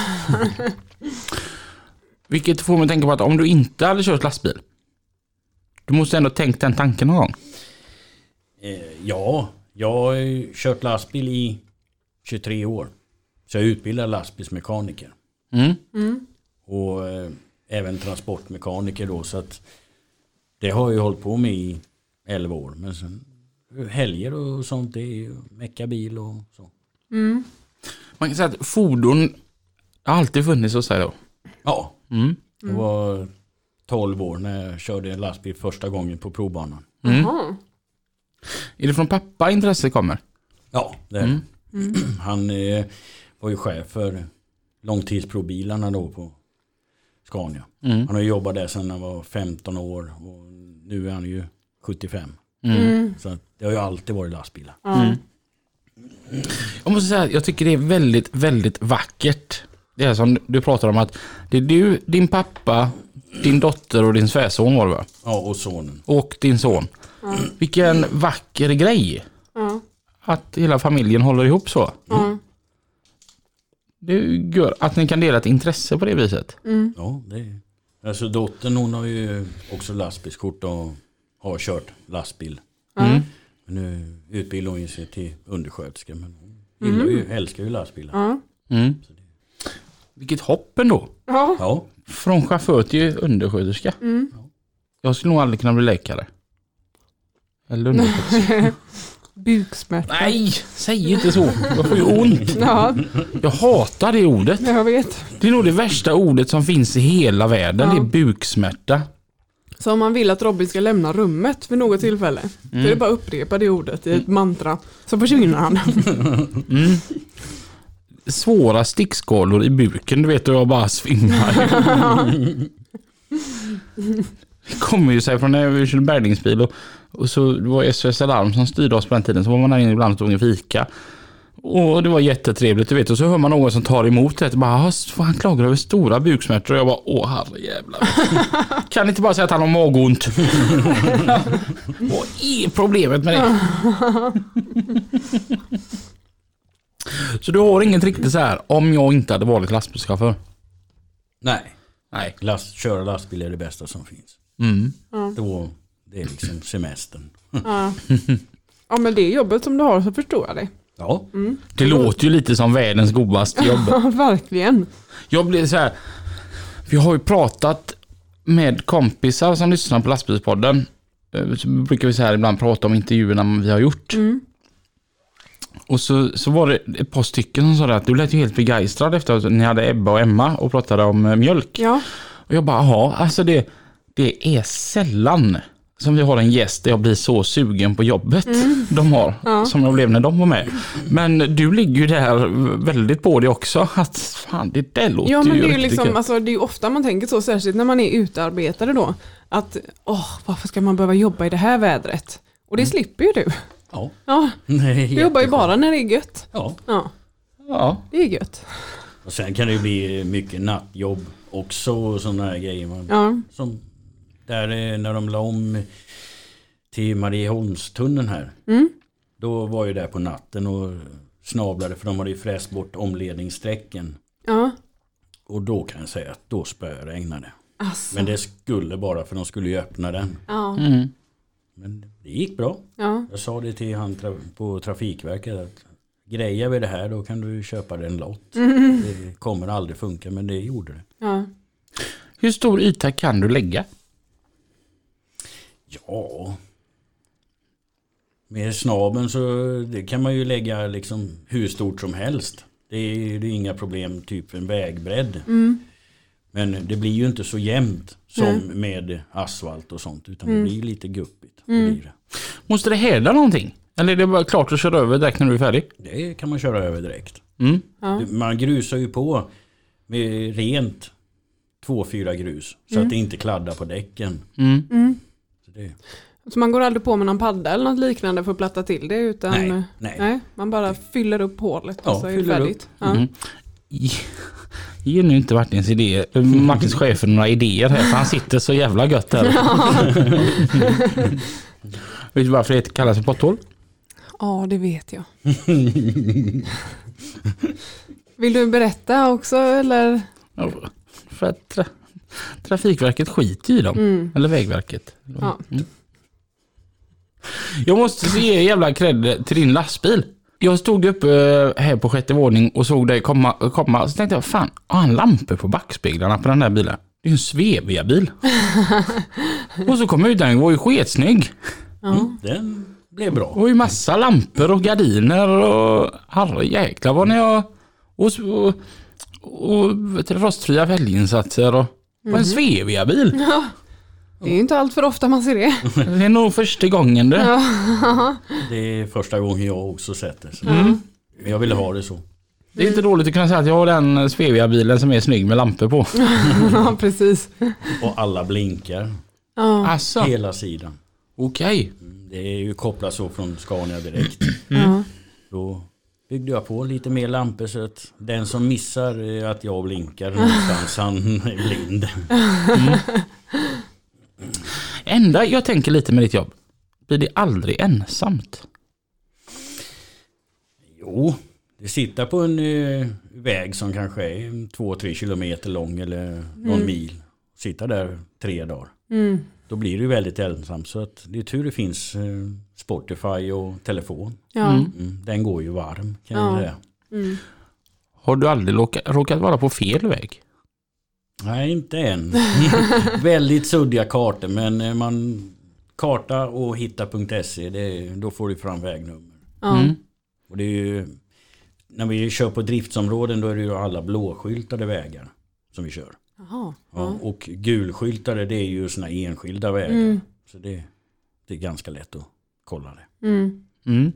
Vilket får mig att tänka på att om du inte hade kört lastbil, du måste ändå tänkt den tanken någon gång. Eh, ja, jag har kört lastbil i tjugotre år. Så jag är utbildad lastbilsmekaniker. Mm. Mm. Och eh, även transportmekaniker då. Så att det har jag hållit på med i elva år. Men sen helger och sånt, det är ju mecka bil och så. Mm. Man kan säga att fordon har alltid funnits hos sig då. Ja. Mm. Det var tolv år när jag körde en lastbil första gången på provbanan. Mm. Mm. Är det från pappa intresset kommer? Ja, det är mm. Mm. Han eh, var ju chef för långtidsprovbilarna då på Scania. Mm. Han har jobbat där sedan han var femton år och nu är han ju sjuttiofem. Mm. Så det har ju alltid varit lastbilar. Mm. Jag måste säga att jag tycker det är väldigt, väldigt vackert. Det är som du pratar om, att det är du, din pappa, din dotter och din svärson var det, va? Ja, och sonen. Och din son. Mm. Vilken vacker grej. Mm. Att hela familjen håller ihop så. Mm. Det gör att ni kan dela ett intresse på det viset. Mm. Ja, det är. Alltså dottern, hon har ju också lastbilskort och har kört lastbil. Mm. Nu utbildar hon sig till undersköterska, men hon gillar ju, älskar ju lastbilar. Ja. Mm. Vilket hopp ändå. Ja. Ja. Från chaufför till undersköterska. Mm. Jag skulle nog aldrig kunna bli läkare. Eller undersköterska. Buksmärta. Nej, säg inte så. Jag får ju ont. Ja, Jag hatar det ordet. jag vet. Det är nog det värsta ordet som finns i hela världen. Ja. Det är buksmärta. Så om man vill att Robin ska lämna rummet vid något tillfälle, mm. så är det bara att upprepa det ordet i ett mantra. Så försvinner han. Mm. Svåra stickskador i buken, du vet, och jag bara svimmar. Det kommer ju sig från när vi körde bärgningsbil och, och så det var S O S Alarm som styrde oss på den tiden, så var man där inne ibland och tog en fika. Och det var jättetrevligt, du vet, och så hör man någon som tar emot det och bara, han klagar över stora buksmärtor, och jag bara, åh herrejävlar. Kan inte bara säga att han har magont? Vad är problemet med det? Så du har inget riktigt så här, om jag inte hade varit lastbilschaufför? Nej. Nej. Last, köra lastbil är det bästa som finns. Mm. Ja. Då, det är liksom semestern. Ja. Ja, men det jobbet som du har så förstår jag det. Ja. Mm. Det låter ju lite som världens godaste jobb. Ja, verkligen. Jag blir så här, vi har ju pratat med kompisar som lyssnar på lastbilspodden. Så brukar vi så här ibland prata om intervjuerna vi har gjort. Mm. Och så, så var det ett par stycken som sa det att du lät ju helt begeistrad efter att ni hade Ebba och Emma och pratade om mjölk. Ja. Och jag bara, ja, alltså det, det är sällan som vi har en gäst där jag blir så sugen på jobbet mm. de har, ja. som jag blev när de var med. Men du ligger ju där väldigt på det också, att fan, det där låter Ja, men ju det är ju riktigt liksom, kul. alltså, det är ju ofta man tänker så, särskilt när man är utarbetare då, att åh, varför ska man behöva jobba i det här vädret? Och det mm. slipper ju du. Ja. Ja. Nej, du jobbar ju bara när det är gött. Ja. Ja. Ja. Det är gött. Och sen kan det ju bli mycket nattjobb också och sådana här grejer. Man, Ja. Som där när de la om till Marieholmstunneln här. Mm. Då var jag där på natten och snablade, för de hade ju fräst bort omledningssträcken. Ja. Och då kan jag säga att då spöregnade. Alltså. Men det skulle bara, för de skulle ju öppna den. Ja. Mm. Men det gick bra. Ja. Jag sa det till han tra- på Trafikverket att grejer vi det här, då kan du köpa den lott. Mm. Det kommer aldrig funka, men det gjorde det. Ja. Hur stor yta kan du lägga? Ja, med snabeln så det kan man ju lägga liksom hur stort som helst. Det är, det är inga problem, typ en vägbredd. Mm. Men det blir ju inte så jämnt som Mm. med asfalt och sånt, utan Mm. det blir lite guppigt. Mm. Det blir det. Måste det härda någonting? Eller är det bara klart att köra över direkt när du är färdig? Det kan man köra över direkt. Mm. Ja. Man grusar ju på med rent två fyra grus så Mm. att det inte kladdar på däcken. Mm. Mm. Så det, Så man går aldrig på med någon padda eller något liknande för att platta till det, utan Nej, nej. nej man bara fyller upp hålet och Ja, så är det fyller färdigt. Ja. Mm. Ge nu inte Martins idé, Martins chef några idéer här, för han sitter så jävla gött där. Vet du varför det kallas för potthål? Ja, det vet jag. Vill du berätta också, eller? Ja, för att tra- Trafikverket skiter i dem. Mm. Eller Vägverket. Ja. Mm. Jag måste ge jävla cred till din lastbil. Jag stod uppe här på sjätte våning och såg dig komma, komma. Så tänkte jag, fan, har han lampor på backspeglarna på den där bilen? Det är en Svevia-bil. Och så kom jag ut, den var ju sketsnygg. Ja. den blev bra. Och ju massa lampor och gardiner och herre jäklar vad ni har. Och, och, och vet du, rostfria fälginsatser och mm-hmm. och en Svevia-bil. Ja. Det är ju inte allt för ofta man ser det. Det är nog första gången det. Ja. Det är första gången jag också sett det. Så. Mm. Men jag ville ha det så. Det är inte dåligt att kunna säga att jag har den Svevia-bilen som är snygg med lampor på. Ja, precis. Och alla blinkar. Ja. Alltså, Hela sidan. okej. Det är ju kopplat så från Scania direkt. Ja. Då byggde jag på lite mer lampor så att den som missar att jag blinkar någonstans, han är blind. Mm. Enda jag tänker lite med ditt jobb, blir det aldrig ensamt? Jo, det sitter på en uh, väg som kanske är två, tre kilometer lång eller någon Mm. mil. Sitta där tre dagar. Mm. då blir det ju väldigt ensamt. Så att det är tur det finns eh, Spotify och telefon. Ja. Mm. Mm, den går ju varm kan Ja. jag säga. Mm. Har du aldrig råkat, råkat vara på fel väg? Nej, inte än. Väldigt suddiga kartor, men eh, man karta och hitta.se, det, då får du fram vägnummer. Ja. Mm. Och det är ju, när vi kör på driftsområden, då är det ju alla blåskyltade vägar som vi kör. Jaha. Ja, Ja. och gulskyltade, det är ju såna enskilda vägar. Mm. Så det, det är ganska lätt att kolla det. Mm. Mm.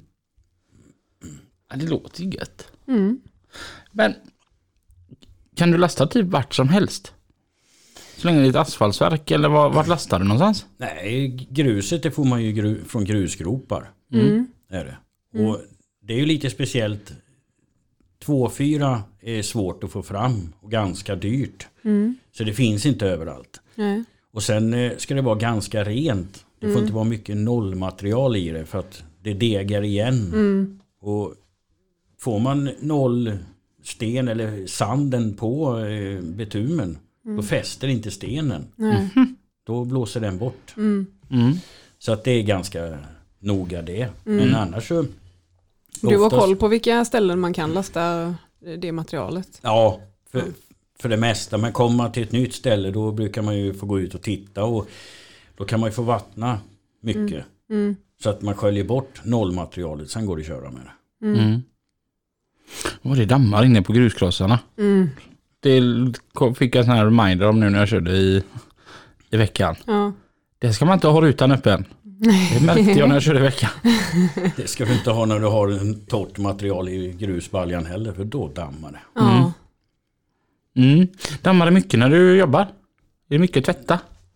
Ja, det låter ju gött. Mm. Men kan du lasta typ vart som helst? Så länge det är ett asfaltsverk, eller var, vart lastar du någonstans? Nej, gruset det får man ju gru, från grusgropar. Mm. Är det. Och det är ju lite speciellt. två fyra är svårt att få fram och ganska dyrt. Mm. Så det finns inte överallt. Nej. Och sen eh, ska det vara ganska rent. Det får Mm. inte vara mycket nollmaterial i det för att det degar igen. Mm. Och får man noll sten eller sanden på eh, betumen, då fäster inte stenen. Nej. Då blåser den bort. Mm. Mm. Så att det är ganska noga det. Men annars så... Du har oftast- koll på vilka ställen man kan lasta det materialet? Ja, för, för det mesta. Men kommer man till ett nytt ställe, då brukar man ju få gå ut och titta. Och då kan man ju få vattna mycket. Mm. Så att man sköljer bort nollmaterialet. Sen går det att köra med det. Mm. Och det dammar inne på gruskrossarna. Mm. Det fick jag sån här reminder om nu när jag körde i, i veckan. Ja. Det ska man inte ha rutan öppen. Det märkte jag när jag körde i veckan. Det ska du inte ha när du har en torrt material i grusbaljan heller. För då dammar det. Ja. Mm. Dammar det mycket när du jobbar? Är det mycket tvätta?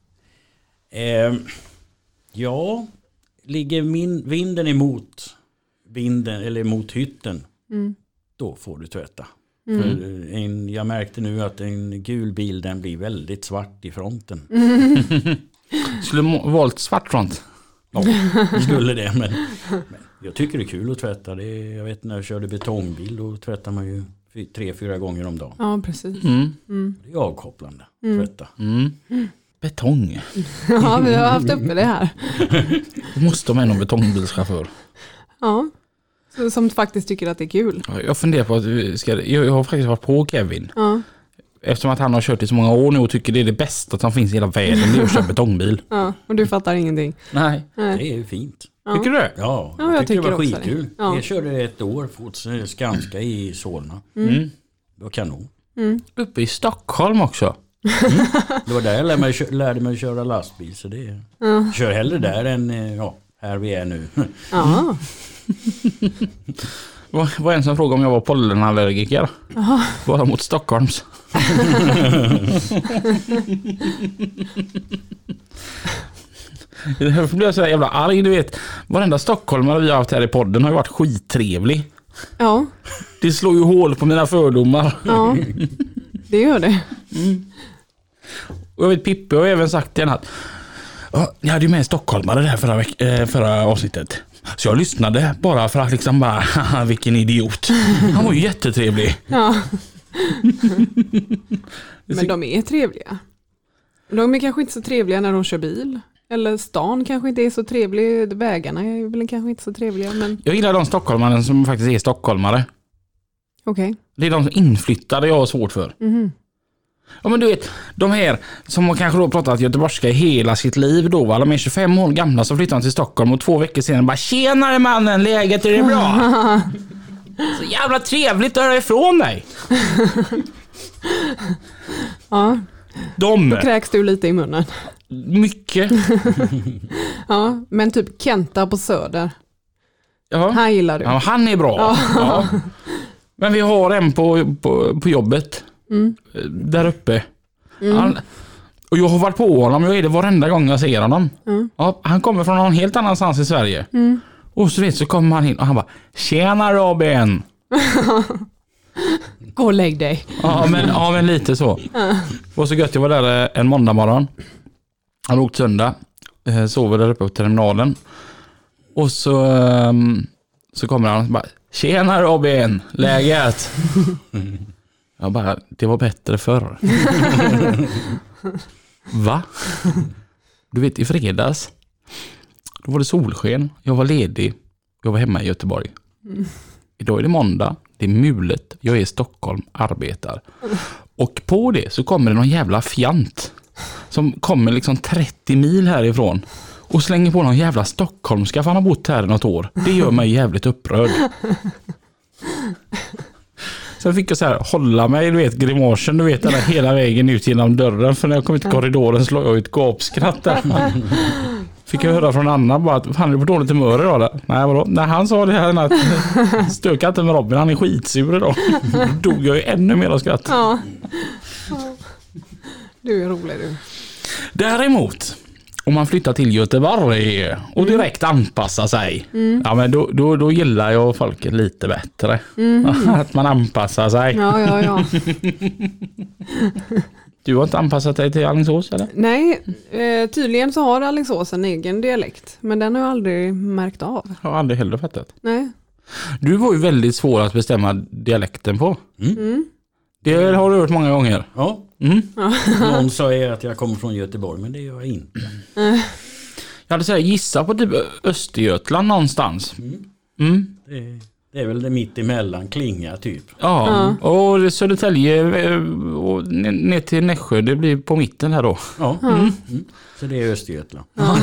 Eh, ja, ligger min, vinden emot vinden eller emot hytten, Mm. då får du tvätta. Mm. För en, jag märkte nu att en gul bil, den blir väldigt svart i fronten. Skulle må- valt svart front? Ja, skulle det. Men, men jag tycker det är kul att tvätta. Det är, jag vet när jag körde betongbil, då tvättar man ju fy, tre, fyra gånger om dagen. Ja, precis. Mm. Mm. Det är avkopplande, tvätta. Mm. Betong. Ja, vi har haft uppe det här. Du måste ha med någon betongbilschaufför. Ja, så, som faktiskt tycker att det är kul. Jag funderar på att vi ska, jag har faktiskt varit på Kevin. Ja, Eftersom att han har kört i så många år nu och tycker det är det bästa som finns i hela världen, det är att köra betongbil. ja, och du fattar ingenting. Nej. Nej. Det är ju fint. Ja. Tycker du det? Ja, Ja, jag jag tycker det var tycker också skitkul. det. Ja. Jag körde ett år fort Skanska i Solna. Mm. Det var kanon. Uppe i Stockholm också. Det var där jag lärde mig, lärde mig köra lastbil. Så det Ja. kör hellre där än ja, här vi är nu. Ja. Det var en som frågade om jag var pollenallergiker. Bara mot Stockholms. Det blir så jävla arg, du vet. Varenda stockholmare vi har haft här i podden har ju varit skittrevlig. Ja, Det slår ju hål på mina fördomar. ja, det gör det. Och jag vet, Pippi har även sagt igen att ja, ni hade ju med stockholmare det här förra, veck- eh, förra avsnittet. Så jag lyssnade bara för att liksom bara, haha, vilken idiot. Han var ju jättetrevlig. Ja. Men de är trevliga. De är kanske inte så trevliga när de kör bil. Eller stan kanske inte är så trevlig. Vägarna är väl kanske inte så trevliga. Men Jag gillar de stockholmare som faktiskt är stockholmare. okej. Det är de som inflyttade jag har svårt för. Mhm. Ja, men du vet, de här som har kanske då pratat göteborgska i hela sitt liv då, va? De är tjugofem år gamla, så flyttar de till Stockholm och två veckor senare bara, tjenare mannen, läget, är det bra? Så jävla trevligt att höra ifrån dig. Ja, De, kräks du lite i munnen. mycket. Ja, men typ Kenta på Söder. Ja. Han gillar du. Ja, han är bra. Ja. Men vi har en på, på, på jobbet. Mm. Där uppe. Han, och jag har varit på honom. Jag är det varenda gång jag ser honom. Mm. Ja, han kommer från någon helt annanstans i Sverige. Mm. Och så vet så kommer han in och han bara, tjena Robin. Gå och lägg dig. Ja men, ja, men lite så. Det var så gött, jag var där eh, en måndag morgon. Han åkte söndag. Eh, sover där uppe på terminalen. Och så, ehm, så kommer han och bara, tjena Robin, läget? Jag bara, det var bättre förr. Va? Du vet, i fredags, då var det solsken, jag var ledig, jag var hemma i Göteborg. Mm. Idag är det måndag, det är mulet, jag är i Stockholm, arbetar. Och på det så kommer det någon jävla fjant som kommer liksom trettio mil härifrån och slänger på någon jävla stockholmska för han har bott här i något år. Det gör mig jävligt upprörd. Sen fick jag så här hålla mig, du vet, grimasen, du vet, den hela vägen ut genom dörren, för när jag kom ut i korridoren slår jag ut gapskratt där. Fick jag höra från Anna bara att han är på dåligt humör idag. Där. Nej, vadå? När han sa det här att stöka inte med Robin, han är skitsur idag. Då dog jag ju ännu mer av skratt. Ja. Du är rolig du. Däremot, om man flyttar till Göteborg och direkt anpassar sig, mm. ja, men då, då, då gillar jag folket lite bättre. Mm. Att man anpassar sig. Ja, ja, ja. Du har inte anpassat dig till Alingsås, eller? Nej, eh, tydligen så har Alingsås en egen dialekt. Men den har jag aldrig märkt av. Jag har aldrig heller fattat. Nej. Du var ju väldigt svår att bestämma dialekten på. Mm. Mm. Det har du hört många gånger. Ja. Mm. Någon sa att jag kommer från Göteborg, men det gör jag inte. Mm. Jag hade sagt gissa på typ Östergötland någonstans. Mm. Mm. Det, det är väl det mitt emellan Klinga typ. Ja, ja. Och Södertälje och ner till Nässjö, det blir på mitten här då. Ja, mm. Mm. Så det är Östergötland. Ja.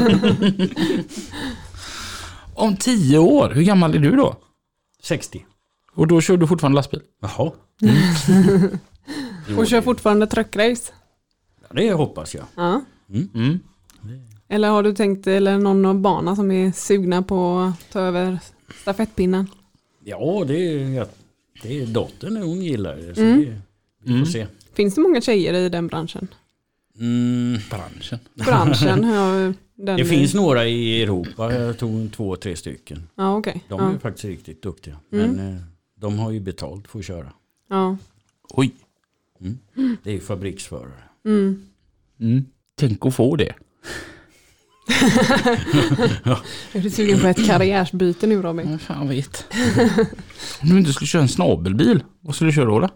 Om tio år, hur gammal är du då? sextio. Och då kör du fortfarande lastbil? Jaha. Mm. Och kör fortfarande truckrace? Ja, det hoppas jag. Ja. Mm. Mm. Eller har du tänkt, eller någon av barnen som är sugna på att ta över stafettpinnen? Ja, det är, det är dottern, hon gillar det. Så Mm. det, vi får Mm. se. Finns det många tjejer i den branschen? Mm. Branschen. Branschen? Ja, den Det finns några i Europa, jag tog två, tre stycken. Ja, okej. De Ja. är faktiskt riktigt duktiga. Mm. Men eh, de har ju betalt för att köra. Ja. Oj. Mm. Det är ju fabriksförare. Mm. Mm. Tänk att få det. Är du sugen på ett karriärsbyte nu, Robin? Ja, fan vet. Om du inte skulle köra en snabelbil, vad skulle du köra då? Då?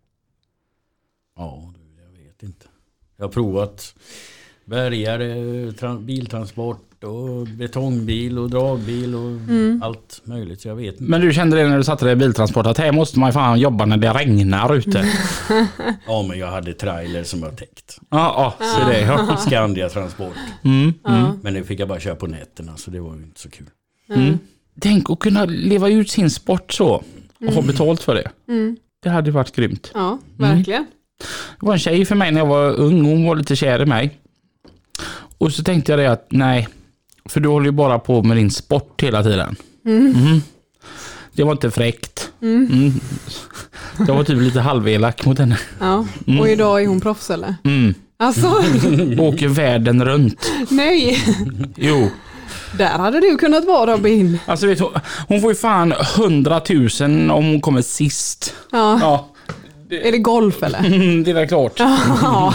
Ja, jag vet inte. Jag har provat bärgare, tra- biltransport och betongbil och dragbil och Mm. allt möjligt. Så jag vet inte. Men du kände det när du satte dig i biltransport att här måste man fan jobba när det regnar ute. Ja, men jag hade trailer som var täckt. Ja, ja, så det. Ja. Skandia transport. Mm, mm. Men det fick jag bara köra på nätterna, så det var ju inte så kul. Mm. Tänk att kunna leva ut sin sport så och Mm. ha betalt för det. Mm. Det hade varit grymt. Ja, verkligen. Det var en tjej för mig när jag var ung, hon var lite kär i mig. Och så tänkte jag det att nej, för du håller ju bara på med din sport hela tiden. Mm. Mm. Det var inte fräckt. Mm. Mm. Jag var typ lite halvelak mot henne. Ja. Mm. Och idag är hon proffs, eller? Mm. Alltså, Åker världen runt. nej. Jo. Där hade du kunnat vara, Robin. Alltså vet hon, hon får ju fan hundratusen om hon kommer sist. Ja. Ja. Är det golf, eller? Mm, det är klart. Ja.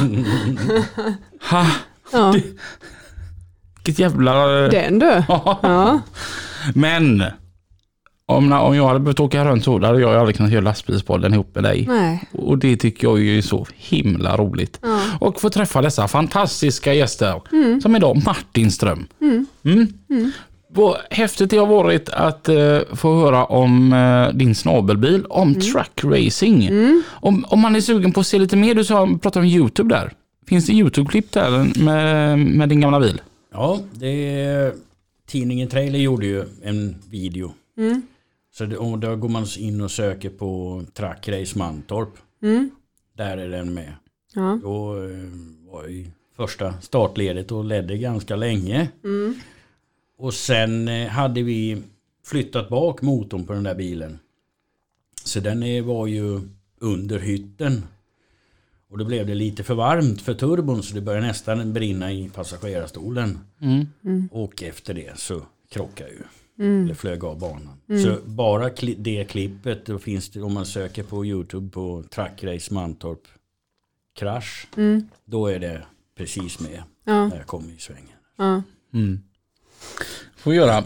Ha. Ja. Vilket jävla... Den du. Ja. Men om, om jag hade behövt åka runt så hade jag aldrig kunnat göra lastbilspodden ihop med dig. Nej. Och det tycker jag är så himla roligt. Ja. Och få träffa dessa fantastiska gäster. Mm. Som idag Martin Ström. Mm. Mm. Mm. Vad häftigt det har varit att uh, få höra om uh, din snabelbil, om Mm. truck racing. Mm. Om, om man är sugen på att se lite mer, du sa, pratade om YouTube där. Finns det YouTube-klipp där med, med din gamla bil? Ja, det är, tidningen Trailer gjorde ju en video. Mm. Så det, och då går man in och söker på Truck Race Mantorp. Mm. Där är den med. Ja. Då eh, var jag i första startledet och ledde ganska länge. Mm. Och sen eh, hade vi flyttat bak motorn på den där bilen. Så den är, var ju under hytten. Och då blev det lite för varmt för turbon så det började nästan brinna i passagerarstolen. Mm. Mm. Och efter det så krockade ju. Mm. Eller flög av banan. Mm. Så bara kli- det klippet, då finns det, om man söker på YouTube på Truck Race Mantorp krasch, Mm. då är det precis med Ja. när jag kommer i svängen. Ja. Mm. Får vi göra.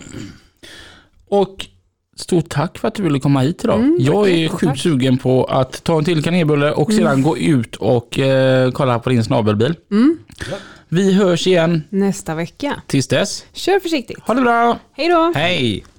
Och stort tack för att du ville komma hit idag. Mm, jag är tack. sjukt sugen på att ta en till kanelbulle och Mm. sedan gå ut och eh, kolla på din snabelbil. Mm. Ja. Vi hörs igen nästa vecka. Tills dess. Kör försiktigt. Ha det bra. Hej då. Hej.